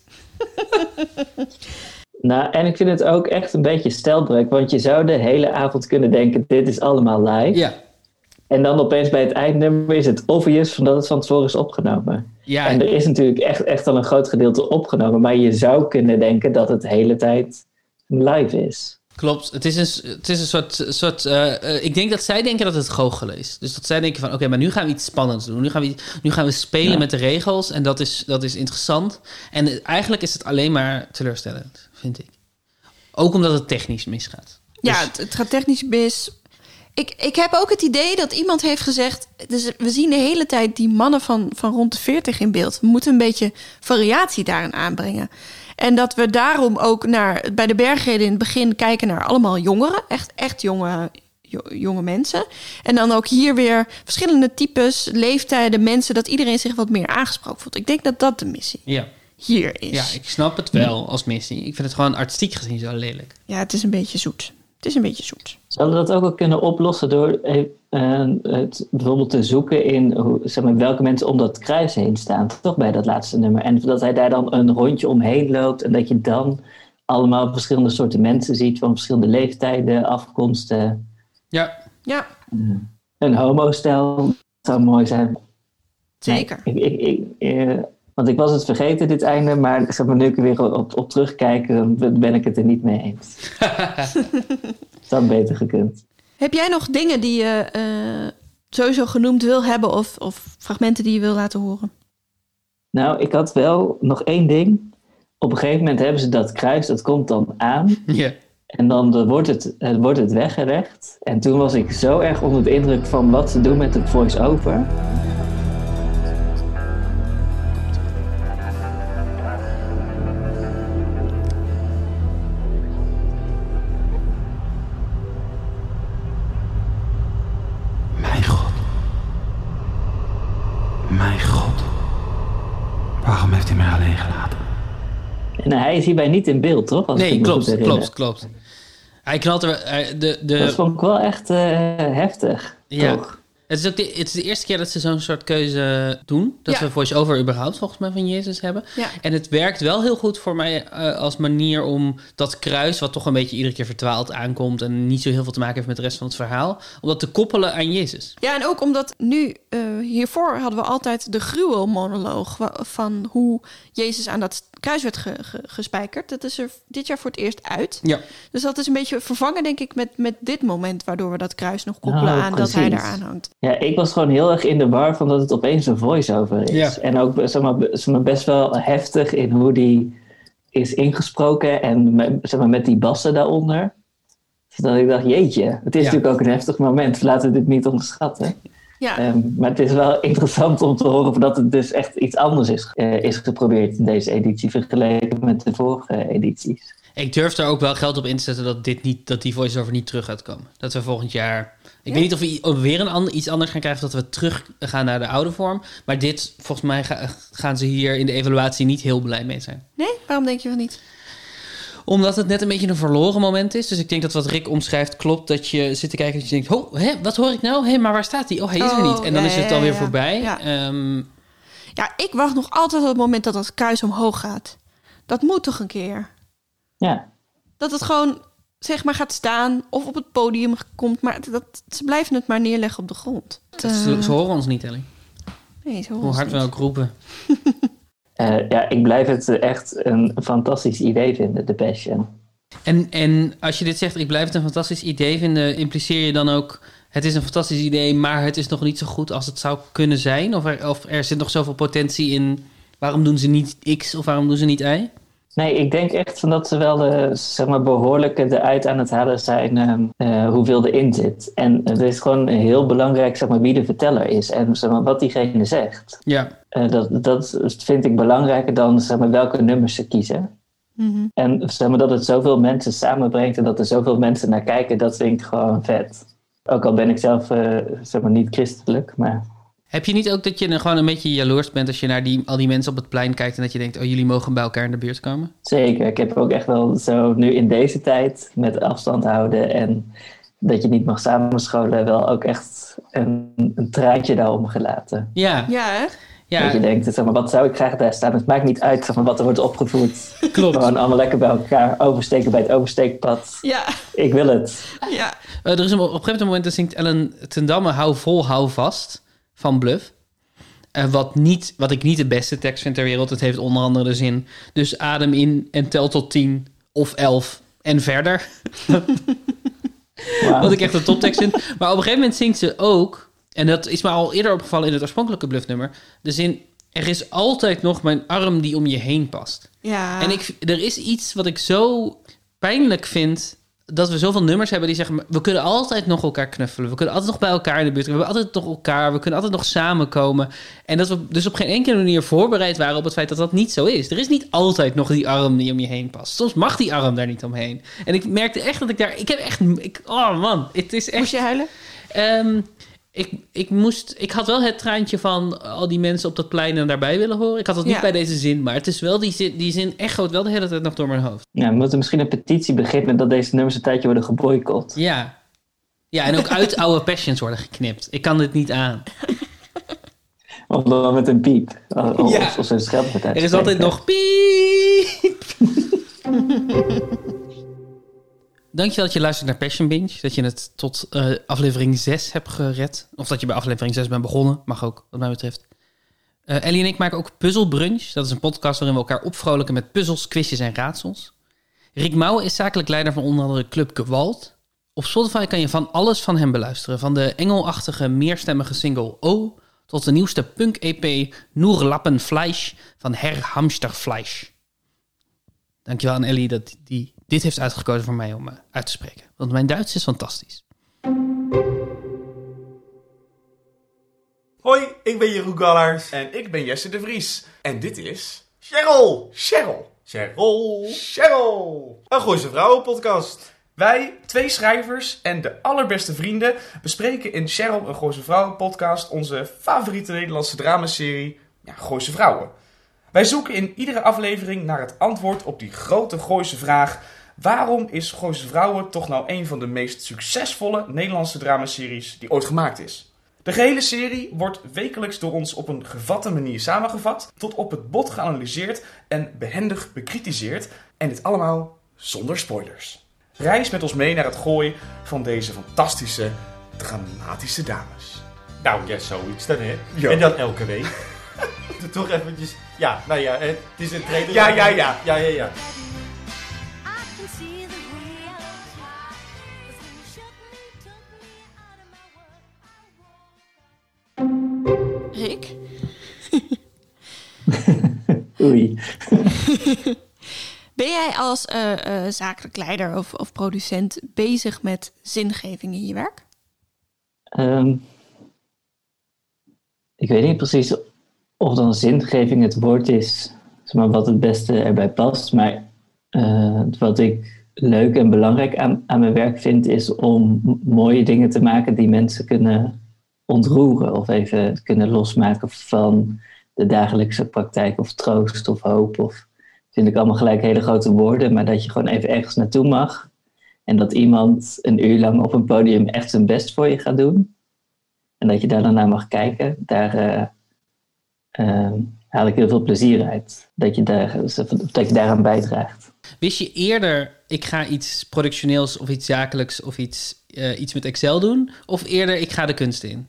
Nou, en ik vind het ook echt een beetje stijlbreuk, want je zou de hele avond kunnen denken, dit is allemaal live. Ja. En dan opeens bij het eindnummer is het obvious dat het van tevoren is opgenomen. Ja. En er is natuurlijk echt al een groot gedeelte opgenomen, maar je zou kunnen denken dat het de hele tijd live is. Klopt, het is een soort ik denk dat zij denken dat het goochelen is. Dus dat zij denken van, oké, maar nu gaan we iets spannends doen. Nu gaan we spelen met de regels en dat is interessant. En eigenlijk is het alleen maar teleurstellend, vind ik. Ook omdat het technisch misgaat. Ja, dus het gaat technisch mis. Ik heb ook het idee dat iemand heeft gezegd, dus we zien de hele tijd die mannen van rond de 40 in beeld. We moeten een beetje variatie daarin aanbrengen. En dat we daarom ook bij de bergreden in het begin kijken naar allemaal jongeren. Echt jonge mensen. En dan ook hier weer verschillende types, leeftijden, mensen, dat iedereen zich wat meer aangesproken voelt. Ik denk dat dat de missie hier is. Ja, ik snap het wel als missie. Ik vind het gewoon artistiek gezien zo lelijk. Ja, het is een beetje zoet. Zouden we dat ook wel kunnen oplossen door het bijvoorbeeld te zoeken in welke mensen om dat kruis heen staan, toch bij dat laatste nummer. En dat hij daar dan een rondje omheen loopt en dat je dan allemaal verschillende soorten mensen ziet van verschillende leeftijden, afkomsten. Ja. Een homo-stijl zou mooi zijn. Zeker. Want ik was het vergeten, dit einde, maar nu ik er weer op terugkijk, ben ik het er niet mee eens. Dat had beter gekund. Heb jij nog dingen die je sowieso genoemd wil hebben of fragmenten die je wil laten horen? Nou, ik had wel nog 1 ding. Op een gegeven moment hebben ze dat kruis, dat komt dan aan. Yeah. En dan wordt het weggelegd. En toen was ik zo erg onder de indruk van wat ze doen met de voice-over. Mijn God, waarom heeft hij mij alleen gelaten? En hij is hierbij niet in beeld, toch? Nee, klopt. Hij knalt er... Dat vond ik wel echt heftig, toch? Het is de eerste keer dat ze zo'n soort keuze doen. Dat we voice-over überhaupt volgens mij van Jezus hebben. Ja. En het werkt wel heel goed voor mij als manier om dat kruis, wat toch een beetje iedere keer verdwaald aankomt en niet zo heel veel te maken heeft met de rest van het verhaal, om dat te koppelen aan Jezus. Ja, en ook omdat nu, hiervoor hadden we altijd de gruwelmonoloog van hoe Jezus aan dat kruis werd gespijkerd. Dat is er dit jaar voor het eerst uit. Ja. Dus dat is een beetje vervangen, denk ik, met dit moment, waardoor we dat kruis nog koppelen aan precies. Dat hij eraan hangt. Ja, ik was gewoon heel erg in de war van dat het opeens een voice-over is. Ja. En ook best wel heftig in hoe die is ingesproken en met die bassen daaronder. Dus dat ik dacht, jeetje, het is natuurlijk ook een heftig moment. Laten we dit niet onderschatten. Ja. Maar het is wel interessant om te horen dat het dus echt iets anders is geprobeerd in deze editie vergeleken met de vorige edities. Ik durf er ook wel geld op in te zetten dat die voice-over niet terug gaat komen. Dat we volgend jaar... Ik weet niet of we weer iets anders gaan krijgen, dat we terug gaan naar de oude vorm. Maar dit, volgens mij gaan ze hier in de evaluatie niet heel blij mee zijn. Nee? Waarom denk je wel niet? Omdat het net een beetje een verloren moment is. Dus ik denk dat wat Rick omschrijft klopt. Dat je zit te kijken en je denkt, wat hoor ik nou? Maar waar staat hij? Oh, hij is er niet. En dan is het alweer voorbij. Ja. Ja, ik wacht nog altijd op het moment dat dat kruis omhoog gaat. Dat moet toch een keer? Ja. Dat het gewoon, zeg maar, gaat staan of op het podium komt. Maar ze blijven het maar neerleggen op de grond. Ze horen ons niet, Ellie. Nee, ze horen Hoe hard we ook roepen. Ik blijf het echt een fantastisch idee vinden, The Passion. En als je dit zegt, ik blijf het een fantastisch idee vinden, impliceer je dan ook, het is een fantastisch idee, maar het is nog niet zo goed als het zou kunnen zijn? Of er zit nog zoveel potentie in, waarom doen ze niet X of waarom doen ze niet Y? Nee, ik denk echt dat ze wel behoorlijk eruit aan het halen zijn hoeveel erin zit. En het is gewoon heel belangrijk wie de verteller is en wat diegene zegt. Ja. Dat vind ik belangrijker dan welke nummers ze kiezen. Mm-hmm. En zeg maar, dat het zoveel mensen samenbrengt en dat er zoveel mensen naar kijken, dat vind ik gewoon vet. Ook al ben ik zelf zeg maar niet christelijk, maar... Heb je niet ook dat je gewoon een beetje jaloers bent als je naar al die mensen op het plein kijkt en dat je denkt, oh, jullie mogen bij elkaar in de buurt komen? Zeker, ik heb ook echt wel zo nu in deze tijd met afstand houden en dat je niet mag samenscholen, wel ook echt een traantje daarom gelaten. Ja. Ja, hè? Ja. Dat je denkt, zeg maar, wat zou ik graag daar staan? Het maakt niet uit zeg maar, wat er wordt opgevoerd. Klopt. Gewoon allemaal lekker bij elkaar oversteken bij het oversteekpad. Ja. Ik wil het. Ja. Er is op een gegeven moment zingt Ellen ten Damme hou vol, hou vast van Bluff. Wat ik niet de beste tekst vind ter wereld. Het heeft onder andere de zin, dus adem in en tel tot 10 of 11 en verder. Wow. Wat ik echt een toptekst vind. Maar op een gegeven moment zingt ze ook, en dat is me al eerder opgevallen in het oorspronkelijke Bluff-nummer, de zin, er is altijd nog mijn arm die om je heen past. Ja. En er is iets wat ik zo pijnlijk vind, dat we zoveel nummers hebben die zeggen, we kunnen altijd nog elkaar knuffelen. We kunnen altijd nog bij elkaar in de buurt. We hebben altijd nog elkaar. We kunnen altijd nog samenkomen. En dat we dus op geen enkele manier voorbereid waren op het feit dat dat niet zo is. Er is niet altijd nog die arm die om je heen past. Soms mag die arm daar niet omheen. En ik merkte echt dat ik daar... oh man, het is echt... Moest je huilen? Ik had wel het traantje van al die mensen op dat plein en daarbij willen horen. Ik had dat niet bij deze zin, maar het is wel die zin echoot wel de hele tijd nog door mijn hoofd. Ja, we moeten misschien een petitie beginnen dat deze nummers een tijdje worden geboycott. Ja. Ja, en ook uit oude Passions worden geknipt. Ik kan dit niet aan. Of dan met een piep. Of zo'n scheldwoord. Er is altijd nog piep. Dankjewel dat je luistert naar Passion Binge. Dat je het tot aflevering 6 hebt gered. Of dat je bij aflevering 6 bent begonnen. Mag ook, wat mij betreft. Ellie en ik maken ook Puzzle Brunch. Dat is een podcast waarin we elkaar opvrolijken met puzzels, quizjes en raadsels. Rick Mouwen is zakelijk leider van onder andere Club Gewalt. Op Spotify kan je van alles van hem beluisteren. Van de engelachtige, meerstemmige single O tot de nieuwste punk-EP Nur Lappenfleisch van Herr Hamsterfleisch. Dankjewel aan Ellie dat die dit heeft uitgekozen voor mij om uit te spreken. Want mijn Duits is fantastisch. Hoi, ik ben Jeroen Gallaars. En ik ben Jesse de Vries. En dit is... Cheryl! Een Gooise Vrouwen-podcast. Wij, 2 schrijvers en de allerbeste vrienden, bespreken in Cheryl, een Gooise Vrouwen-podcast onze favoriete Nederlandse dramaserie, Gooise Vrouwen. Wij zoeken in iedere aflevering naar het antwoord op die grote Gooise vraag: waarom is Gooise Vrouwen toch nou een van de meest succesvolle Nederlandse dramaseries die ooit gemaakt is? De gehele serie wordt wekelijks door ons op een gevatte manier samengevat, tot op het bot geanalyseerd en behendig bekritiseerd. En dit allemaal zonder spoilers. Reis met ons mee naar het gooi van deze fantastische, dramatische dames. Nou ja, zoiets dan, hè? Ja. En dan elke week. Toch eventjes... Ja, nou ja, het is een trailer. Ja. Rick? Oei. Ben jij als zakelijk leider of producent bezig met zingeving in je werk? Ik weet niet precies of dan zingeving het woord is, zeg maar, wat het beste erbij past. Maar wat ik leuk en belangrijk aan mijn werk vind, is om mooie dingen te maken die mensen kunnen ontroeren. Of even kunnen losmaken van de dagelijkse praktijk of troost of hoop. Of vind ik allemaal gelijk hele grote woorden, maar dat je gewoon even ergens naartoe mag. En dat iemand een uur lang op een podium echt zijn best voor je gaat doen. En dat je daar dan naar mag kijken. Daar haal ik heel veel plezier uit. Dat je daaraan bijdraagt. Wist je eerder, ik ga iets productioneels of iets zakelijks of iets met Excel doen? Of eerder, ik ga de kunst in?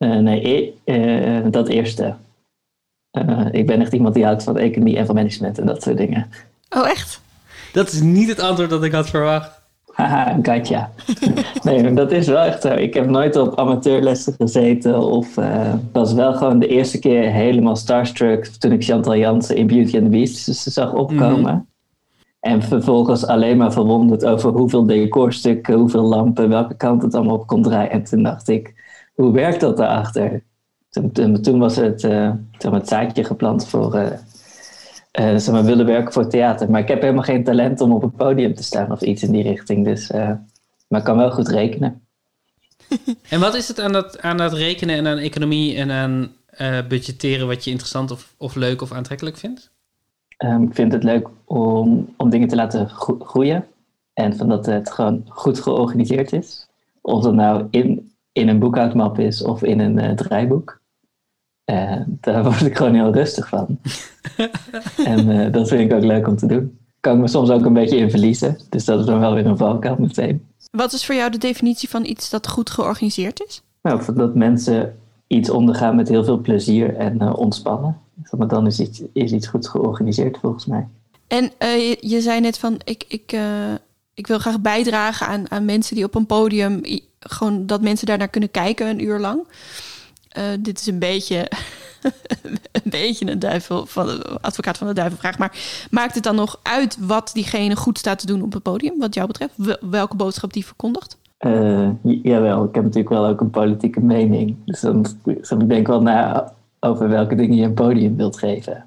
Dat eerste. Ik ben echt iemand die houdt van economie en van management en dat soort dingen. Oh, echt? Dat is niet het antwoord dat ik had verwacht. Haha, gotcha. Nee, dat is wel echt zo. Ik heb nooit op amateurlessen gezeten. Of was wel gewoon de eerste keer helemaal starstruck toen ik Chantal Jansen in Beauty and the Beast zag opkomen. Mm-hmm. En vervolgens alleen maar verwonderd over hoeveel decorstukken, hoeveel lampen, welke kant het allemaal op kon draaien. En toen dacht ik, hoe werkt dat daarachter? Toen was het zaadje geplant voor willen werken voor theater. Maar ik heb helemaal geen talent om op een podium te staan of iets in die richting. Dus, maar ik kan wel goed rekenen. En wat is het aan dat rekenen en aan economie en aan budgetteren wat je interessant of leuk of aantrekkelijk vindt? Ik vind het leuk om dingen te laten groeien. En van dat het gewoon goed georganiseerd is. Of dat nou in een boekhoudmap is of in een draaiboek. Daar word ik gewoon heel rustig van. En dat vind ik ook leuk om te doen. Kan ik me soms ook een beetje in verliezen. Dus dat is dan wel weer een valkuil meteen. Wat is voor jou de definitie van iets dat goed georganiseerd is? Nou, dat mensen iets ondergaan met heel veel plezier en ontspannen. Maar dan is iets goed georganiseerd volgens mij. En je zei net van, ik wil graag bijdragen aan mensen die op een podium, gewoon dat mensen daarnaar kunnen kijken 1 uur lang. Dit is een beetje een advocaat van de duivel vraag. Maar maakt het dan nog uit wat diegene goed staat te doen op het podium, wat jou betreft? Welke boodschap die verkondigt? Jawel, ik heb natuurlijk wel ook een politieke mening. Dus dan denk ik wel na over welke dingen je een podium wilt geven.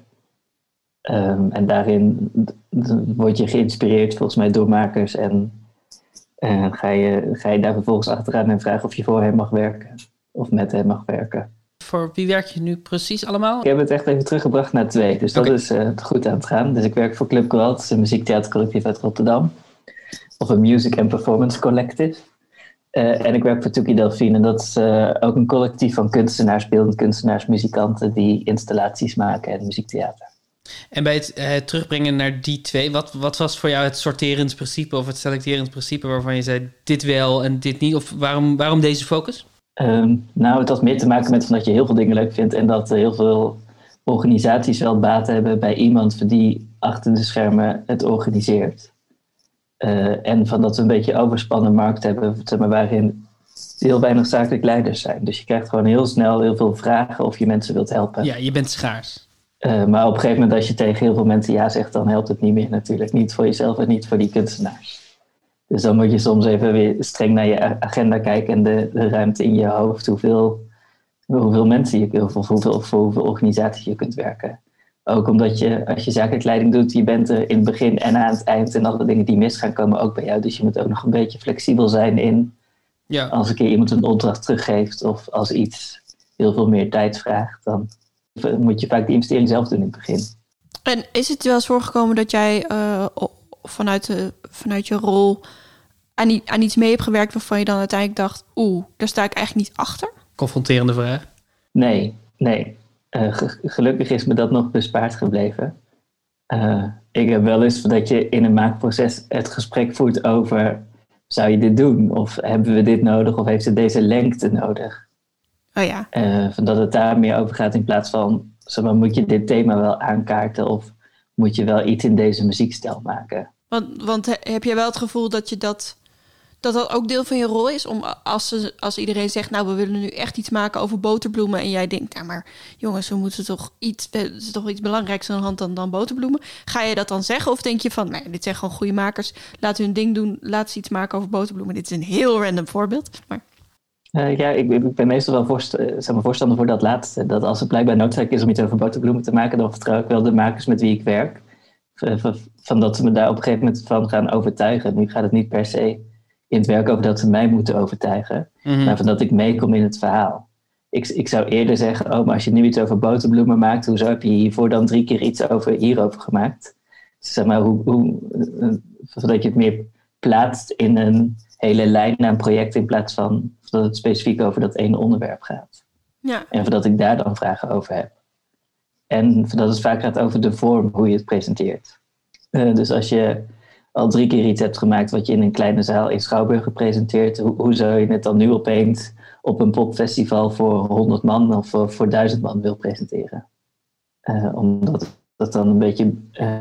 En daarin word je geïnspireerd volgens mij door makers. En ga je daar vervolgens achteraan en vragen of je voor hem mag werken. Of met hem mag werken. Voor wie werk je nu precies allemaal? Ik heb het echt even teruggebracht naar 2. Dus dat is goed aan het gaan. Dus ik werk voor Club Coalt, dat is een muziektheatercollectief uit Rotterdam. Of een Music and Performance Collective. En ik werk voor Tuki Delphine. En dat is ook een collectief van kunstenaars, beeldend kunstenaars, muzikanten die installaties maken en muziektheater. En bij het terugbrengen naar die 2, wat was voor jou het sorteringsprincipe of het selecteringsprincipe waarvan je zei dit wel en dit niet? Of waarom deze focus? Nou, het had meer te maken met dat je heel veel dingen leuk vindt en dat heel veel organisaties wel baat hebben bij iemand die achter de schermen het organiseert. En van dat we een beetje overspannen markt hebben, zeg maar, waarin heel weinig zakelijk leiders zijn. Dus je krijgt gewoon heel snel heel veel vragen of je mensen wilt helpen. Ja, je bent schaars. Maar op een gegeven moment als je tegen heel veel mensen ja zegt, dan helpt het niet meer natuurlijk. Niet voor jezelf en niet voor die kunstenaars. Dus dan moet je soms even weer streng naar je agenda kijken en de ruimte in je hoofd. Hoeveel mensen voor hoeveel organisaties je kunt werken. Ook omdat je, als je zakelijk leiding doet, je bent er in het begin en aan het eind. En alle dingen die mis gaan komen ook bij jou. Dus je moet ook nog een beetje flexibel zijn in als een keer iemand een opdracht teruggeeft. Of als iets heel veel meer tijd vraagt, dan moet je vaak die investering zelf doen in het begin. En is het wel eens voorgekomen dat jij vanuit je rol aan iets mee hebt gewerkt waarvan je dan uiteindelijk dacht, daar sta ik eigenlijk niet achter? Confronterende vraag? Nee. Gelukkig is me dat nog bespaard gebleven. Ik heb wel eens dat je in een maakproces het gesprek voert over, zou je dit doen? Of hebben we dit nodig? Of heeft het deze lengte nodig? Oh ja. Dat het daar meer over gaat in plaats van, zeg maar, moet je dit thema wel aankaarten of moet je wel iets in deze muziekstijl maken? Want heb jij wel het gevoel dat ook deel van je rol is? Om als iedereen zegt, nou, we willen nu echt iets maken over boterbloemen. En jij denkt, nou, maar jongens, we moeten toch iets belangrijks aan de hand dan boterbloemen. Ga je dat dan zeggen? Of denk je van, nee, dit zijn gewoon goede makers. Laten hun ding doen. Laten ze iets maken over boterbloemen. Dit is een heel random voorbeeld. Maar... ik ben meestal wel voorstander voor dat laatste. Dat als het blijkbaar noodzaak is om iets over boterbloemen te maken, dan vertrouw ik wel de makers met wie ik werk. Van dat ze me daar op een gegeven moment van gaan overtuigen. Nu gaat het niet per se in het werk over dat ze mij moeten overtuigen. Mm-hmm. Maar van dat ik meekom in het verhaal. Ik zou eerder zeggen, maar als je nu iets over boterbloemen maakt, hoezo heb je hiervoor dan 3 keer iets hierover gemaakt? Dus zeg maar, zodat je het meer plaatst in een hele lijn aan projecten in plaats van dat het specifiek over dat ene onderwerp gaat. Ja. En dat ik daar dan vragen over heb. En dat het vaak gaat over de vorm, hoe je het presenteert. Dus als je al 3 keer iets hebt gemaakt wat je in een kleine zaal in Schouwburg presenteert, hoe zou je het dan nu opeens op een popfestival voor 100 man of voor 1000 man wil presenteren? Omdat dat dan een beetje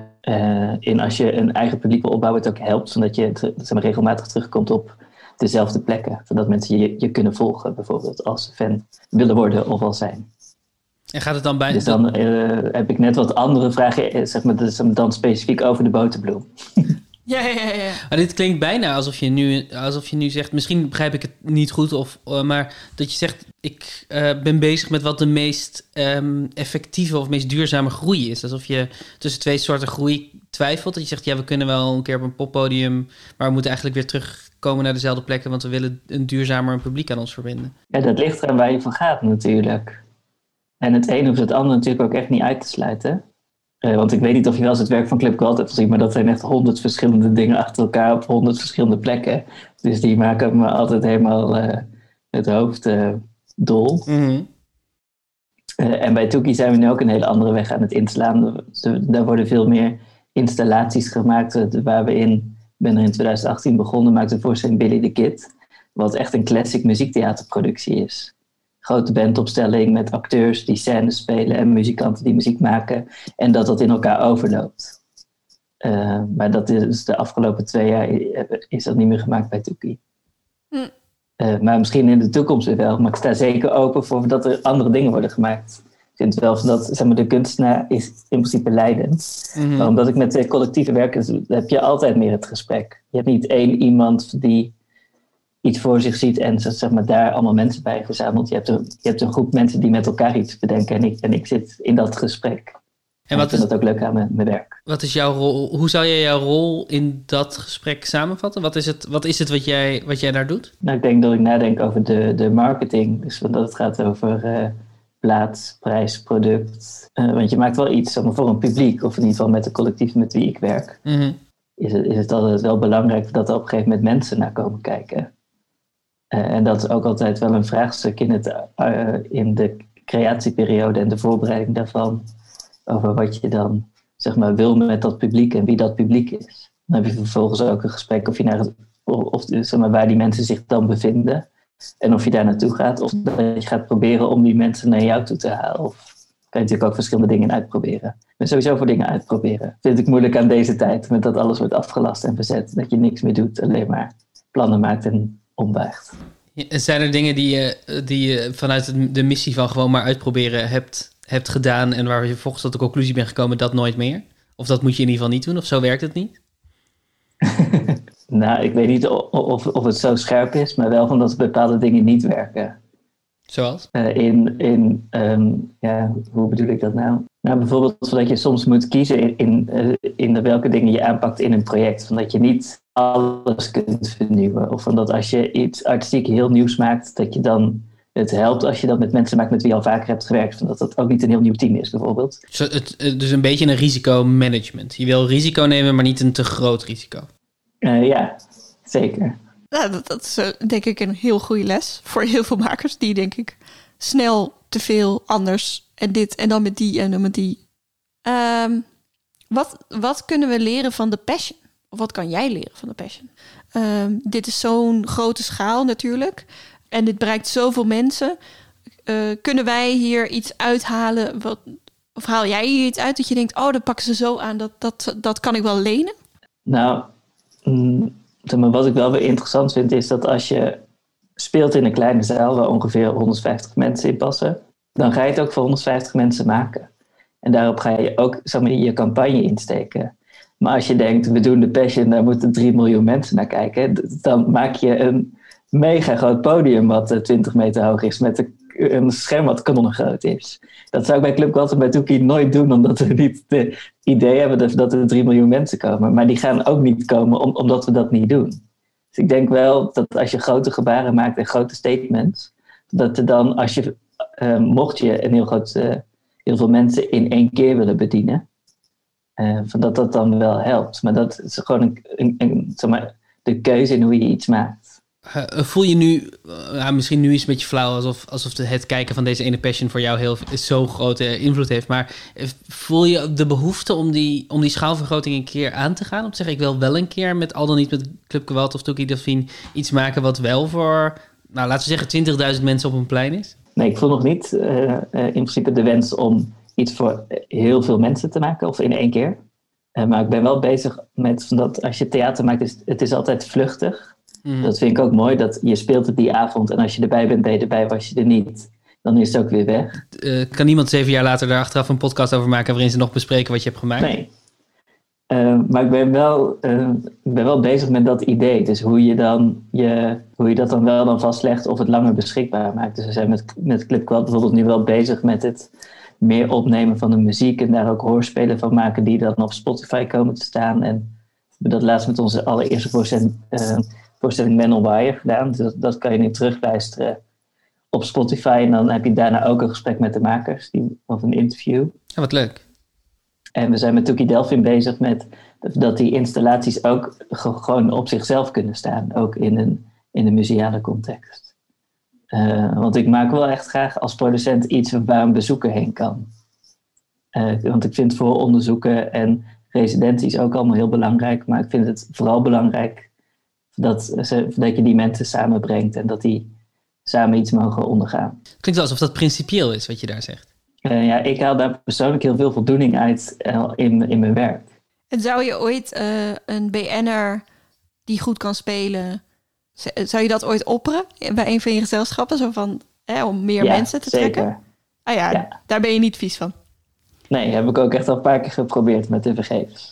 als je een eigen publiek wil opbouwen, het ook helpt, zodat je regelmatig terugkomt op dezelfde plekken, zodat mensen je kunnen volgen, bijvoorbeeld als ze fan willen worden of al zijn. En gaat het dan bij... Dus dan heb ik net wat andere vragen, dan specifiek over de boterbloem. Ja. Maar dit klinkt bijna alsof je nu zegt... Misschien begrijp ik het niet goed, maar dat je zegt... Ik ben bezig met wat de meest effectieve of meest duurzame groei is. Alsof je tussen twee soorten groei twijfelt. Dat je zegt, ja, we kunnen wel een keer op een poppodium... maar we moeten eigenlijk weer terugkomen naar dezelfde plekken... want we willen een duurzamer publiek aan ons verbinden. Ja, dat ligt eraan waar je van gaat natuurlijk. En het een hoeft het ander natuurlijk ook echt niet uit te sluiten... want ik weet niet of je wel eens het werk van Club Gold hebt gezien... maar dat zijn echt 100 verschillende dingen achter elkaar op 100 verschillende plekken. Dus die maken me altijd helemaal het hoofd dol. Mm-hmm. En bij Toekie zijn we nu ook een hele andere weg aan het inslaan. Daar worden veel meer installaties gemaakt. Waar we ik ben er in 2018 begonnen, maakte de voorstelling Billy the Kid. Wat echt een classic muziektheaterproductie is. Grote bandopstelling met acteurs die scènes spelen en muzikanten die muziek maken. En dat in elkaar overloopt. Maar dat is de afgelopen 2 jaar is dat niet meer gemaakt bij Toekie. Maar misschien in de toekomst weer wel. Maar ik sta zeker open voor dat er andere dingen worden gemaakt. Ik vind wel dat zeg maar, de kunstenaar is in principe leidend. Mm-hmm. Maar omdat ik met collectieve werken heb je altijd meer het gesprek. Je hebt niet één iemand die iets voor zich ziet en zeg maar, daar allemaal mensen bij verzamelt. Je hebt een groep mensen die met elkaar iets bedenken en ik zit in dat gesprek. En ik vind dat ook leuk aan mijn werk. Wat is jouw rol? Hoe zou jij jouw rol in dat gesprek samenvatten? Wat is het wat jij daar doet? Nou, ik denk dat ik nadenk over de marketing. Dus dat het gaat over plaats, prijs, product. Want je maakt wel iets voor een publiek, of in ieder geval met de collectief met wie ik werk. Mm-hmm. Is het altijd wel belangrijk dat er op een gegeven moment mensen naar komen kijken. En dat is ook altijd wel een vraagstuk in de creatieperiode en de voorbereiding daarvan. Over wat je dan zeg maar, wil met dat publiek en wie dat publiek is. Dan heb je vervolgens ook een gesprek zeg maar, waar die mensen zich dan bevinden. En of je daar naartoe gaat. Of dat je gaat proberen om die mensen naar jou toe te halen. Of kan je natuurlijk ook verschillende dingen uitproberen. Maar sowieso voor dingen uitproberen. Vind ik moeilijk aan deze tijd. Met dat alles wordt afgelast en verzet. Dat je niks meer doet. Alleen maar plannen maakt en ombuigt. Zijn er dingen die je vanuit de missie van gewoon maar uitproberen hebt gedaan en waar je volgens tot de conclusie bent gekomen dat nooit meer? Of dat moet je in ieder geval niet doen? Of zo werkt het niet? Nou, ik weet niet of het zo scherp is, maar wel van dat bepaalde dingen niet werken. Zoals? Hoe bedoel ik dat nou? Nou, bijvoorbeeld dat je soms moet kiezen in welke dingen je aanpakt in een project. Van dat je niet alles kunt vernieuwen. Of van dat als je iets artistiek heel nieuws maakt, dat je dan het helpt als je dat met mensen maakt met wie je al vaker hebt gewerkt. Van dat dat ook niet een heel nieuw team is, bijvoorbeeld. Dus een beetje een risicomanagement. Je wil risico nemen, maar niet een te groot risico. Ja, zeker. Nou, dat is denk ik een heel goede les voor heel veel makers. Die denk ik snel te veel anders en dit en dan met die en dan met die. Wat kunnen we leren van de Passion? Of wat kan jij leren van de Passion? Dit is zo'n grote schaal natuurlijk. En dit bereikt zoveel mensen. Kunnen wij hier iets uithalen? Of haal jij hier iets uit dat je denkt, dat pakken ze zo aan, dat kan ik wel lenen? Nou, maar wat ik wel weer interessant vind is dat als je speelt in een kleine zaal waar ongeveer 150 mensen in passen, dan ga je het ook voor 150 mensen maken. En daarop ga je ook je campagne insteken. Maar als je denkt, we doen de Passion, daar moeten 3 miljoen mensen naar kijken, dan maak je een mega groot podium wat 20 meter hoog is met een scherm wat kanonnengroot is. Dat zou ik bij Club Gold en bij Toekie nooit doen, omdat we niet het idee hebben dat er 3 miljoen mensen komen. Maar die gaan ook niet komen omdat we dat niet doen. Dus ik denk wel dat als je grote gebaren maakt en grote statements, dat er dan, mocht je een heel veel mensen in 1 keer willen bedienen, van dat dan wel helpt. Maar dat is gewoon zeg maar, de keuze in hoe je iets maakt. Voel je nu, misschien nu is het een beetje flauw, alsof het kijken van deze ene Passion voor jou zo'n grote invloed heeft, maar voel je de behoefte om die schaalvergroting een keer aan te gaan? Om te zeggen, ik wil wel een keer al dan niet met Club Gewalt of Toekie Delphine iets maken wat wel voor, laten we zeggen 20.000 mensen op een plein is? Nee, ik voel nog niet in principe de wens om iets voor heel veel mensen te maken, of in 1 keer. Maar ik ben wel bezig met dat als je theater maakt, het is altijd vluchtig. Mm. Dat vind ik ook mooi, dat je speelt het die avond en als je erbij bent, ben je erbij, was je er niet. Dan is het ook weer weg. Kan niemand 7 jaar later daar achteraf een podcast over maken waarin ze nog bespreken wat je hebt gemaakt? Nee. Maar ik ben wel bezig met dat idee. Dus hoe je dat dan wel dan vastlegt of het langer beschikbaar maakt. Dus we zijn met Clipquad bijvoorbeeld nu wel bezig met het meer opnemen van de muziek en daar ook hoorspelen van maken die dan op Spotify komen te staan. En we hebben dat laatst met onze allereerste voorstelling Man on Wire gedaan. Dus dat kan je nu terugluisteren op Spotify. En dan heb je daarna ook een gesprek met de makers of een interview. Ja, wat leuk. En we zijn met Toekie Delfin bezig met dat die installaties ook gewoon op zichzelf kunnen staan. Ook in een museale context. Want ik maak wel echt graag als producent iets waar een bezoeker heen kan. Want ik vind voor onderzoeken en residenties ook allemaal heel belangrijk. Maar ik vind het vooral belangrijk dat je die mensen samenbrengt. En dat die samen iets mogen ondergaan. Klinkt alsof dat principieel is wat je daar zegt. Ik haal daar persoonlijk heel veel voldoening uit in mijn werk. En zou je ooit een BN'er die goed kan spelen, zou je dat ooit opperen bij een van je gezelschappen? Zo van, om meer mensen te trekken? Ja, daar ben je niet vies van. Nee, heb ik ook echt al een paar keer geprobeerd met de vergeefs.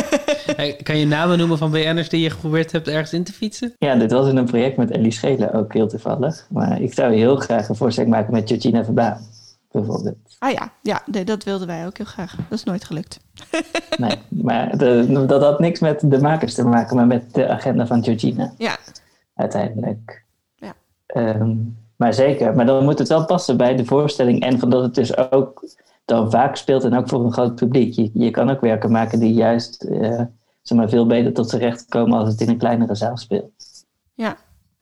Kan je namen noemen van BN'ers die je geprobeerd hebt ergens in te fietsen? Ja, dit was in een project met Ellie Schelen ook heel toevallig. Maar ik zou heel graag een voorstelling maken met Georgina Verbaan, bijvoorbeeld. Dat wilden wij ook heel graag. Dat is nooit gelukt. Nee, maar dat had niks met de makers te maken, maar met de agenda van Georgina. Ja. Uiteindelijk. Ja. Maar zeker. Maar dan moet het wel passen bij de voorstelling. En van dat het dus ook dan vaak speelt en ook voor een groot publiek. Je kan ook werken maken die juist veel beter tot z'n recht komen als het in een kleinere zaal speelt. Ja.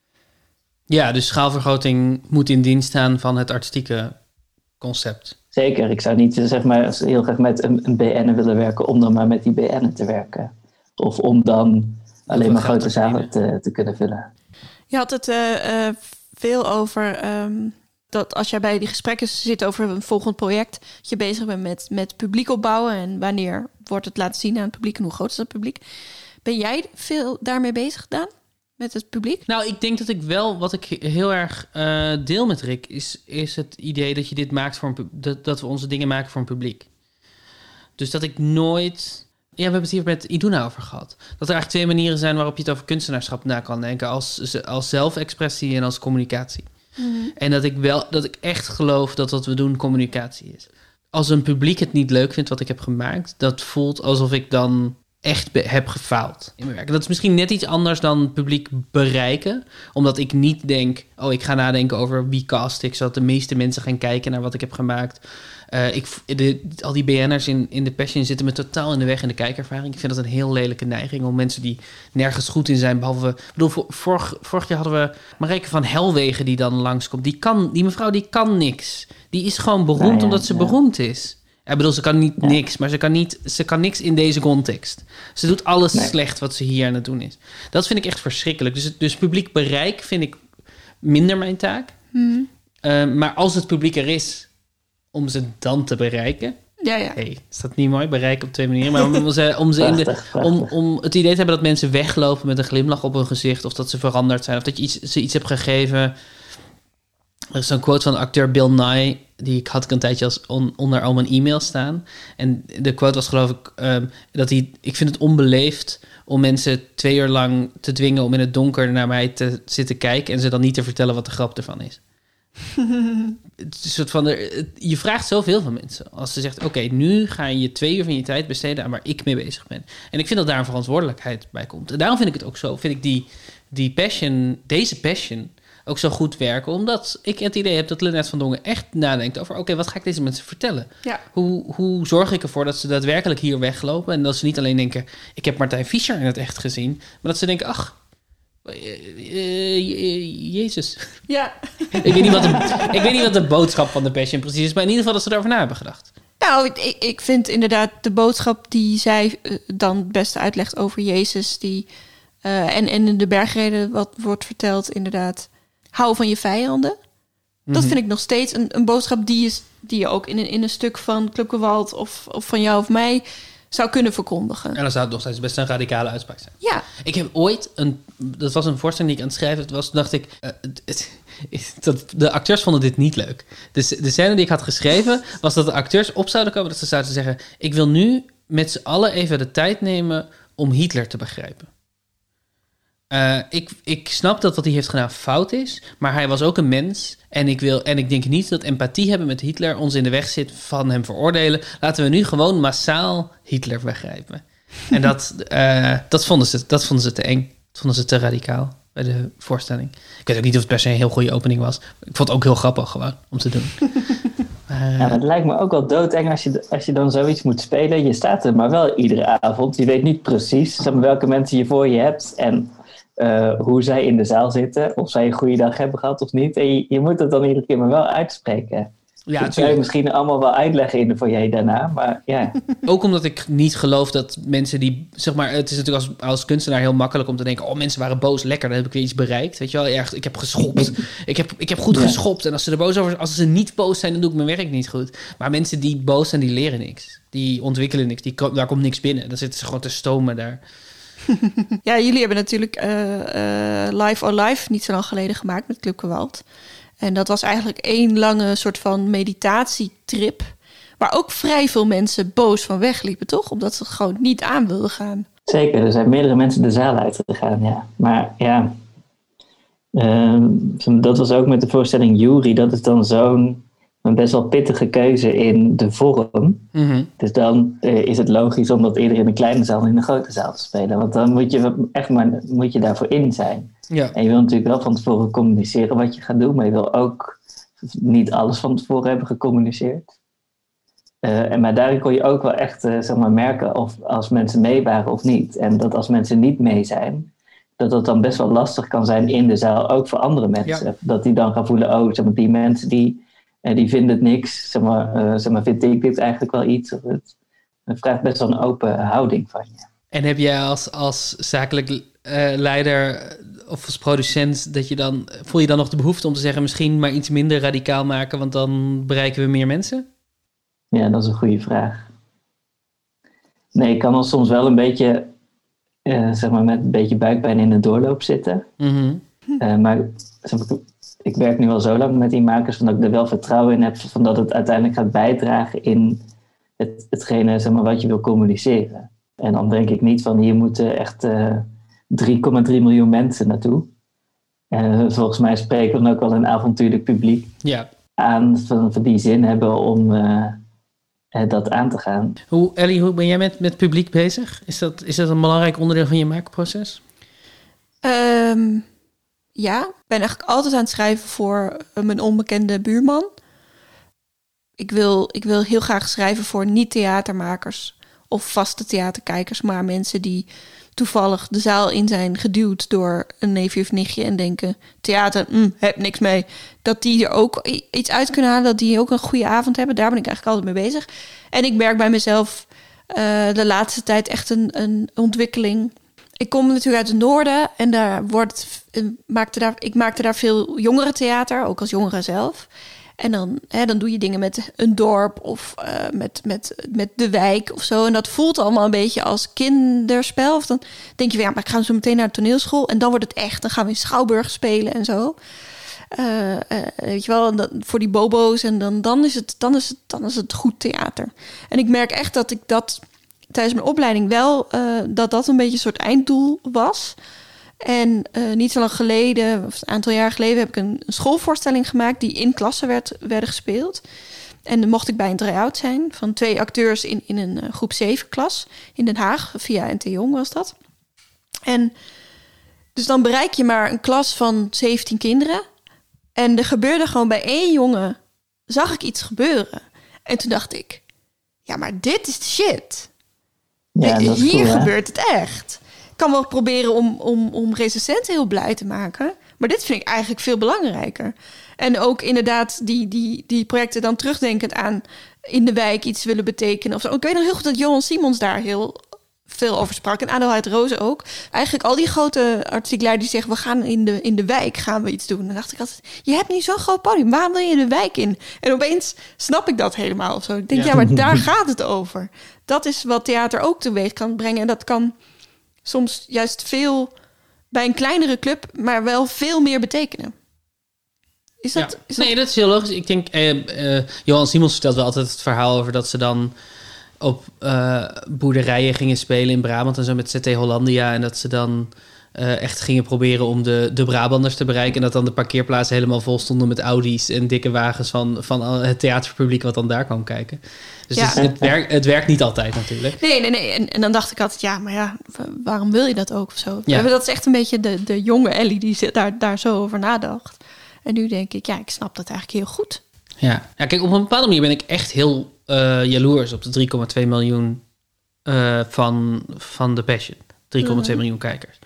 Ja, dus schaalvergroting moet in dienst staan van het artistieke concept. Zeker. Ik zou niet heel graag met een BN'er willen werken om dan maar met die BN'er te werken. Of om dan alleen maar grote zalen te kunnen vullen. Je had het veel over dat als jij bij die gesprekken zit over een volgend project, dat je bezig bent met publiek opbouwen en wanneer wordt het laten zien aan het publiek en hoe groot is dat publiek. Ben jij veel daarmee bezig gedaan? Met het publiek? Nou, ik denk dat ik wel, wat ik heel erg deel met Rick, is het idee dat je dit maakt voor dat we onze dingen maken voor een publiek. Dus dat ik nooit. Ja, we hebben het hier met Iduna over gehad. Dat er eigenlijk twee manieren zijn waarop je het over kunstenaarschap na kan denken. Als zelfexpressie en als communicatie. Mm-hmm. En dat ik echt geloof dat wat we doen communicatie is. Als een publiek het niet leuk vindt wat ik heb gemaakt, dat voelt alsof ik dan echt heb gefaald in mijn werk. Dat is misschien net iets anders dan publiek bereiken. Omdat ik niet denk, ik ga nadenken over wie cast ik, zodat de meeste mensen gaan kijken naar wat ik heb gemaakt. Al die BN'ers in de Passion zitten me totaal in de weg in de kijkervaring. Ik vind dat een heel lelijke neiging om mensen die nergens goed in zijn, behalve. Vorig jaar hadden we Marijke van Helwegen die dan langskomt. Die mevrouw die kan niks. Die is gewoon beroemd omdat ze beroemd is. Ik bedoel, ze kan niet niks, maar ze kan niks in deze context. Ze doet alles slecht wat ze hier aan het doen is. Dat vind ik echt verschrikkelijk. Dus publiek bereik vind ik minder mijn taak. Mm. Maar als het publiek er is, om ze dan te bereiken. Ja. Hey, is dat niet mooi? Bereiken op twee manieren. Maar om het idee te hebben dat mensen weglopen met een glimlach op hun gezicht, of dat ze veranderd zijn, of dat je ze iets hebt gegeven. Er is zo'n quote van de acteur Bill Nye, die had ik een tijdje onder al mijn e-mails staan. En de quote was geloof ik ik vind het onbeleefd om mensen 2 uur lang te dwingen om in het donker naar mij te zitten kijken en ze dan niet te vertellen wat de grap ervan is. Het is een soort van je vraagt zoveel van mensen. Als ze zegt, oké, nu ga je 2 uur van je tijd besteden aan waar ik mee bezig ben. En ik vind dat daar een verantwoordelijkheid bij komt. En daarom vind ik het ook zo, vind ik deze passion ook zo goed werken, omdat ik het idee heb dat Lynette van Dongen echt nadenkt over, oké, wat ga ik deze mensen vertellen? Ja. Hoe zorg ik ervoor dat ze daadwerkelijk hier weglopen en dat ze niet alleen denken, ik heb Martijn Fischer in het echt gezien, maar dat ze denken, ach, Jezus. Ja. Ik weet niet wat de boodschap van de Passion precies is, maar in ieder geval dat ze daarover na hebben gedacht. Nou, ik vind inderdaad de boodschap die zij dan het beste uitlegt over Jezus, en in de bergreden wat wordt verteld, inderdaad, hou van je vijanden. Dat vind ik nog steeds een boodschap die je ook in een stuk van Clubgewalt of van jou of mij zou kunnen verkondigen. En dan zou het nog steeds best een radicale uitspraak zijn. Ja. Ik heb ooit dat was een voorstelling die ik aan het schrijven was, dacht ik, de acteurs vonden dit niet leuk. Dus de scène die ik had geschreven was dat de acteurs op zouden komen, dat ze zouden zeggen, ik wil nu met z'n allen even de tijd nemen om Hitler te begrijpen. Ik snap dat wat hij heeft gedaan fout is, maar hij was ook een mens. En ik denk niet dat empathie hebben met Hitler ons in de weg zit van hem veroordelen. Laten we nu gewoon massaal Hitler begrijpen. En dat vonden ze te eng. Dat vonden ze te radicaal bij de voorstelling. Ik weet ook niet of het per se een heel goede opening was. Ik vond het ook heel grappig gewoon om te doen. Maar het lijkt me ook wel doodeng als je dan zoiets moet spelen. Je staat er maar wel iedere avond. Je weet niet precies welke mensen je voor je hebt en hoe zij in de zaal zitten. Of zij een goede dag hebben gehad of niet. En je moet het dan iedere keer maar wel uitspreken. Ja, dat zou je misschien allemaal wel uitleggen in de foyer daarna, maar ja. Ook omdat ik niet geloof dat mensen die, zeg maar, het is natuurlijk als kunstenaar heel makkelijk om te denken, oh, mensen waren boos, lekker, dan heb ik weer iets bereikt, weet je wel, ik heb geschopt, ik heb goed geschopt en als ze er boos over, als ze niet boos zijn, dan doe ik mijn werk niet goed. Maar mensen die boos zijn, die leren niks, die ontwikkelen niks, daar komt niks binnen, dan zitten ze gewoon te stomen daar. Ja, jullie hebben natuurlijk Live or Live niet zo lang geleden gemaakt met Club Gewalt. En dat was eigenlijk 1 lange soort van meditatietrip, waar ook vrij veel mensen boos van wegliepen, toch? Omdat ze het gewoon niet aan wilden gaan. Zeker, er zijn meerdere mensen de zaal uitgegaan, ja. Maar ja, dat was ook met de voorstelling Jury. Dat is dan zo'n best wel pittige keuze in de vorm. Mm-hmm. Dus dan is het logisch om dat eerder in een kleine zaal dan in een grote zaal te spelen. Want dan moet je daarvoor in zijn. Ja. En je wil natuurlijk wel van tevoren communiceren wat je gaat doen, maar je wil ook niet alles van tevoren hebben gecommuniceerd. Maar daarin kon je ook wel echt merken of als mensen mee waren of niet. En dat als mensen niet mee zijn, dat dan best wel lastig kan zijn in de zaal, ook voor andere mensen. Ja. Dat die dan gaan voelen, die mensen die vinden het niks. Vind ik dit eigenlijk wel iets? Het vraagt best wel een open houding van je. En heb jij als zakelijk leider of als producent, voel je dan nog de behoefte om te zeggen, misschien maar iets minder radicaal maken, want dan bereiken we meer mensen? Ja, dat is een goede vraag. Nee, ik kan dan soms wel een beetje, met een beetje buikpijn in de doorloop zitten. Mm-hmm. Maar ik werk nu al zo lang met die makers, van dat ik er wel vertrouwen in heb, van dat het uiteindelijk gaat bijdragen in hetgene wat je wil communiceren. En dan denk ik niet van, hier moeten echt 3,3 miljoen mensen naartoe. Volgens mij spreken we dan ook wel een avontuurlijk publiek aan van die zin hebben om dat aan te gaan. Ellie, hoe ben jij met publiek bezig? Is dat een belangrijk onderdeel van je maakproces? Ja, ik ben eigenlijk altijd aan het schrijven voor mijn onbekende buurman. Ik wil heel graag schrijven voor niet-theatermakers of vaste theaterkijkers, maar mensen die toevallig de zaal in zijn geduwd door een neefje of nichtje en denken, theater, heb niks mee. Dat die er ook iets uit kunnen halen, dat die ook een goede avond hebben. Daar ben ik eigenlijk altijd mee bezig. En ik merk bij mezelf de laatste tijd echt een ontwikkeling. Ik kom natuurlijk uit het noorden en ik maakte daar veel jongerentheater, ook als jongere zelf. En dan doe je dingen met een dorp of met de wijk of zo. En dat voelt allemaal een beetje als kinderspel. Of dan denk je, maar ik ga zo meteen naar de toneelschool. En dan wordt het echt. Dan gaan we in Schouwburg spelen en zo. Weet je wel, voor die bobo's. En dan is het goed theater. En ik merk echt dat ik dat tijdens mijn opleiding wel, dat een beetje een soort einddoel was. En niet zo lang geleden, of een aantal jaar geleden, heb ik een schoolvoorstelling gemaakt die in klassen werden gespeeld. En dan mocht ik bij een try-out zijn van 2 acteurs in een groep 7 klas in Den Haag. Via NT Jong was dat. En dus dan bereik je maar een klas van 17 kinderen. En er gebeurde gewoon bij 1 jongen, zag ik iets gebeuren. En toen dacht ik, ja, maar dit is de shit. Ja, hier gebeurt het echt. Ik kan wel proberen om recensenten heel blij te maken. Maar dit vind ik eigenlijk veel belangrijker. En ook inderdaad die projecten dan terugdenkend aan in de wijk iets willen betekenen. Of zo. Ik weet nog heel goed dat Johan Simons daar heel veel over sprak. En Adelheid Rozen ook. Eigenlijk al die grote artistiek leiders die zeggen, we gaan in de wijk gaan we iets doen. En dan dacht ik altijd, je hebt niet zo'n groot podium. Waarom wil je de wijk in? En opeens snap ik dat helemaal. Of zo. Ik denk, ja, maar daar gaat het over. Dat is wat theater ook teweeg kan brengen. En dat kan soms juist veel bij een kleinere club, maar wel veel meer betekenen. Is dat? Nee, dat is heel logisch. Ik denk, Johan Simons vertelt wel altijd het verhaal over dat ze dan op boerderijen gingen spelen in Brabant en zo met ZT Hollandia. En dat ze dan echt gingen proberen om de Brabanders te bereiken. En dat dan de parkeerplaatsen helemaal vol stonden met Audi's en dikke wagens van het theaterpubliek wat dan daar kwam kijken. Dus het werkt niet altijd natuurlijk. Nee. En dan dacht ik altijd, maar waarom wil je dat ook of zo? Ja. Dat is echt een beetje de jonge Ellie die daar zo over nadacht. En nu denk ik, ik snap dat eigenlijk heel goed. Ja, kijk, op een bepaalde manier ben ik echt heel jaloers op de 3,2 miljoen van The Passion. 3,2 miljoen kijkers.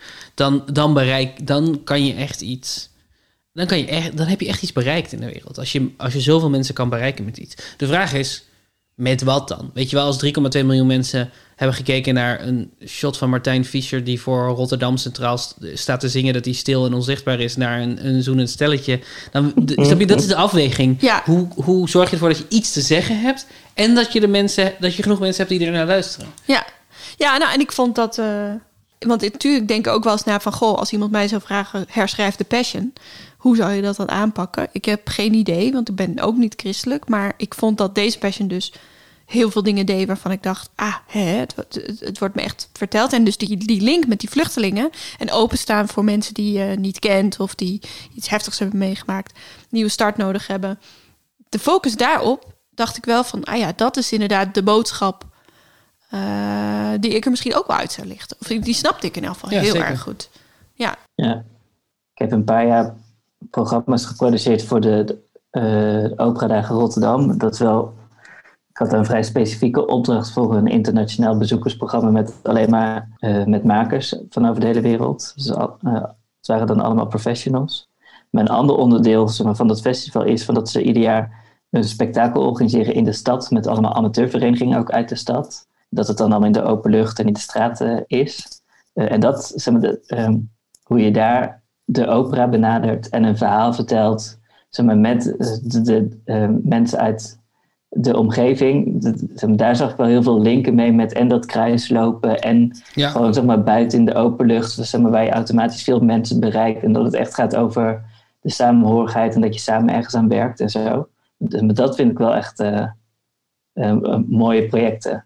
Dan kan je echt iets. Dan heb je echt iets bereikt in de wereld. Als je zoveel mensen kan bereiken met iets. De vraag is, met wat dan? Weet je wel, als 3,2 miljoen mensen hebben gekeken naar een shot van Martijn Fischer die voor Rotterdam Centraal staat te zingen dat hij stil en onzichtbaar is naar een zoenend stelletje. Dan, snap je, dat is de afweging. Ja. Hoe zorg je ervoor dat je iets te zeggen hebt en dat je genoeg mensen hebt die er naar luisteren? Ja, en ik vond dat. Want natuurlijk denk ik ook wel eens na van, als iemand mij zou vragen, herschrijf The Passion. Hoe zou je dat dan aanpakken? Ik heb geen idee, want ik ben ook niet christelijk. Maar ik vond dat deze Passion dus heel veel dingen deed waarvan ik dacht, het wordt me echt verteld. En dus die link met die vluchtelingen en openstaan voor mensen die je niet kent of die iets heftigs hebben meegemaakt, nieuwe start nodig hebben. De focus daarop dacht ik wel van, dat is inderdaad de boodschap die ik er misschien ook wel uit zou lichten. Of die snapte ik in elk geval heel erg goed. Ja. Ik heb een paar jaar programma's geproduceerd voor de Opera-dagen Rotterdam. Ik had een vrij specifieke opdracht voor een internationaal bezoekersprogramma met alleen maar met makers van over de hele wereld. Dus het waren dan allemaal professionals. Maar een ander onderdeel van dat festival is dat ze ieder jaar een spektakel organiseren in de stad met allemaal amateurverenigingen ook uit de stad. Dat het dan allemaal in de open lucht en in de straten is. En dat, hoe je daar de opera benadert en een verhaal vertelt, met de mensen uit de omgeving. Daar zag ik wel heel veel linken mee met en dat kruislopen en gewoon buiten in de open lucht, dus, waar je automatisch veel mensen bereikt en dat het echt gaat over de samenhorigheid en dat je samen ergens aan werkt en zo. Dus dat vind ik wel echt mooie projecten.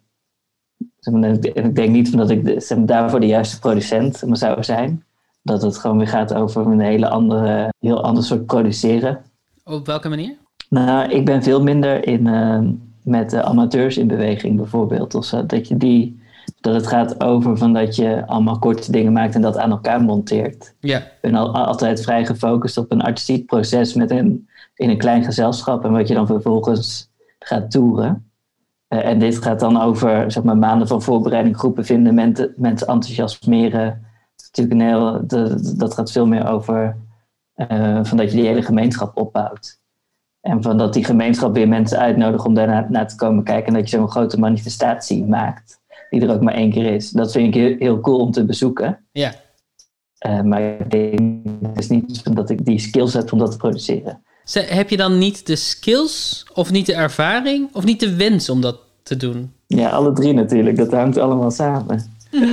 Ik denk niet dat ik daarvoor de juiste producent zou zijn. Dat het gewoon weer gaat over een heel ander soort produceren. Op welke manier? Nou, ik ben veel minder met amateurs in beweging bijvoorbeeld. Of zo. Dat het gaat over van dat je allemaal korte dingen maakt en dat aan elkaar monteert. Ja. Ik ben altijd vrij gefocust op een artistiek proces in een klein gezelschap en wat je dan vervolgens gaat toeren. En dit gaat dan over maanden van voorbereiding, groepen vinden, mensen enthousiasmeren. Dat gaat veel meer over van dat je die hele gemeenschap opbouwt. En van dat die gemeenschap weer mensen uitnodigt om daarna naar te komen kijken. En dat je zo'n grote manifestatie maakt. Die er ook maar 1 keer is. Dat vind ik heel cool om te bezoeken. Ja. Maar ik denk dus niet dat ik die skills heb om dat te produceren. Heb je dan niet de skills of niet de ervaring of niet de wens om dat te doen? Ja, alle 3 natuurlijk. Dat hangt allemaal samen.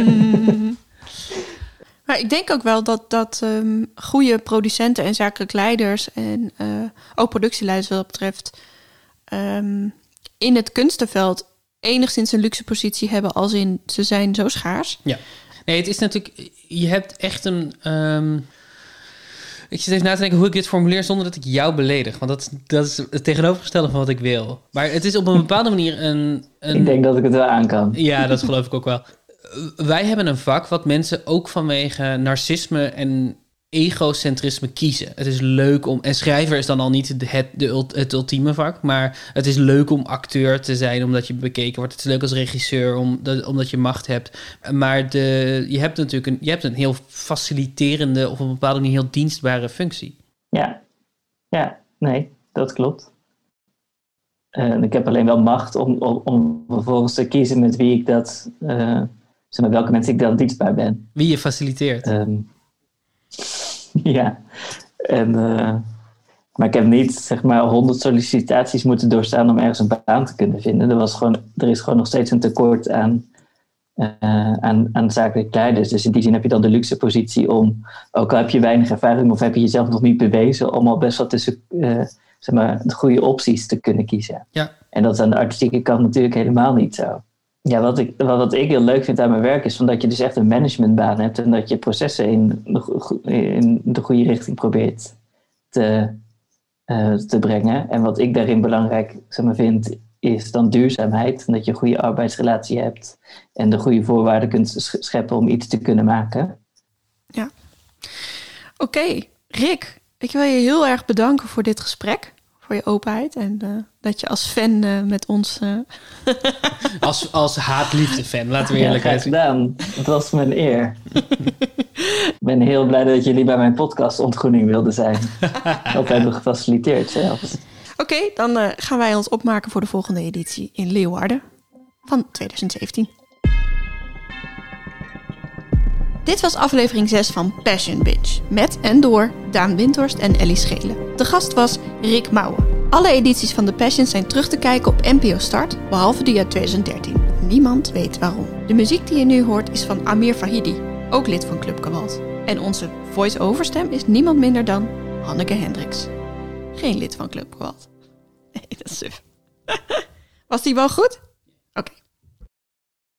Maar ik denk ook wel dat goede producenten en zakelijk leiders en ook productieleiders wat dat betreft in het kunstenveld enigszins een luxe positie hebben als in ze zijn zo schaars. Ja. Nee, het is natuurlijk, je hebt echt een ik zit even na te denken hoe ik dit formuleer zonder dat ik jou beledig. Want dat is het tegenovergestelde van wat ik wil. Maar het is op een bepaalde manier een... Ik denk dat ik het wel aan kan. Ja, dat geloof ik ook wel. Wij hebben een vak wat mensen ook vanwege narcisme en egocentrisme kiezen. Het is leuk om... En schrijver is dan al niet het ultieme vak, maar het is leuk om acteur te zijn omdat je bekeken wordt. Het is leuk als regisseur omdat je macht hebt. Maar je hebt natuurlijk een heel faciliterende of op een bepaalde manier heel dienstbare functie. Ja, nee, dat klopt. Ik heb alleen wel macht om vervolgens te kiezen met wie ik dat... welke mensen ik dan dienstbaar ben. Wie je faciliteert. Ja. Maar ik heb niet 100 sollicitaties moeten doorstaan om ergens een baan te kunnen vinden. Er is gewoon nog steeds een tekort aan zakelijke leiders. Dus in die zin heb je dan de luxe positie om, ook al heb je weinig ervaring of heb je jezelf nog niet bewezen, om al best wel tussen de goede opties te kunnen kiezen. Ja. En dat is aan de artistieke kant natuurlijk helemaal niet zo. Ja, wat ik heel leuk vind aan mijn werk is van dat je dus echt een managementbaan hebt en dat je processen in de goede richting probeert te brengen. En wat ik daarin belangrijk vind, is dan duurzaamheid. En dat je een goede arbeidsrelatie hebt en de goede voorwaarden kunt scheppen om iets te kunnen maken. Ja. Oké, Rick, ik wil je heel erg bedanken voor dit gesprek. Voor je openheid en dat je als fan met ons... Als haat-liefde-fan, laten we eerlijk zijn. Graag gedaan. Het was mijn eer. Ik ben heel blij dat jullie bij mijn podcast Ontgroening wilden zijn. Ook hebben gefaciliteerd zelfs. Oké, dan gaan wij ons opmaken voor de volgende editie in Leeuwarden van 2017. Dit was aflevering 6 van Passion Binge. Met en door Daan Windhorst en Ellie Schelen. De gast was Rick Mouwen. Alle edities van The Passion zijn terug te kijken op NPO Start, behalve die uit 2013. Niemand weet waarom. De muziek die je nu hoort is van Amir Fahidi, ook lid van Club Cawalt. En onze voice-overstem is niemand minder dan Hanneke Hendricks. Geen lid van Club Cawalt. Nee, dat is suf. Was die wel goed? Oké.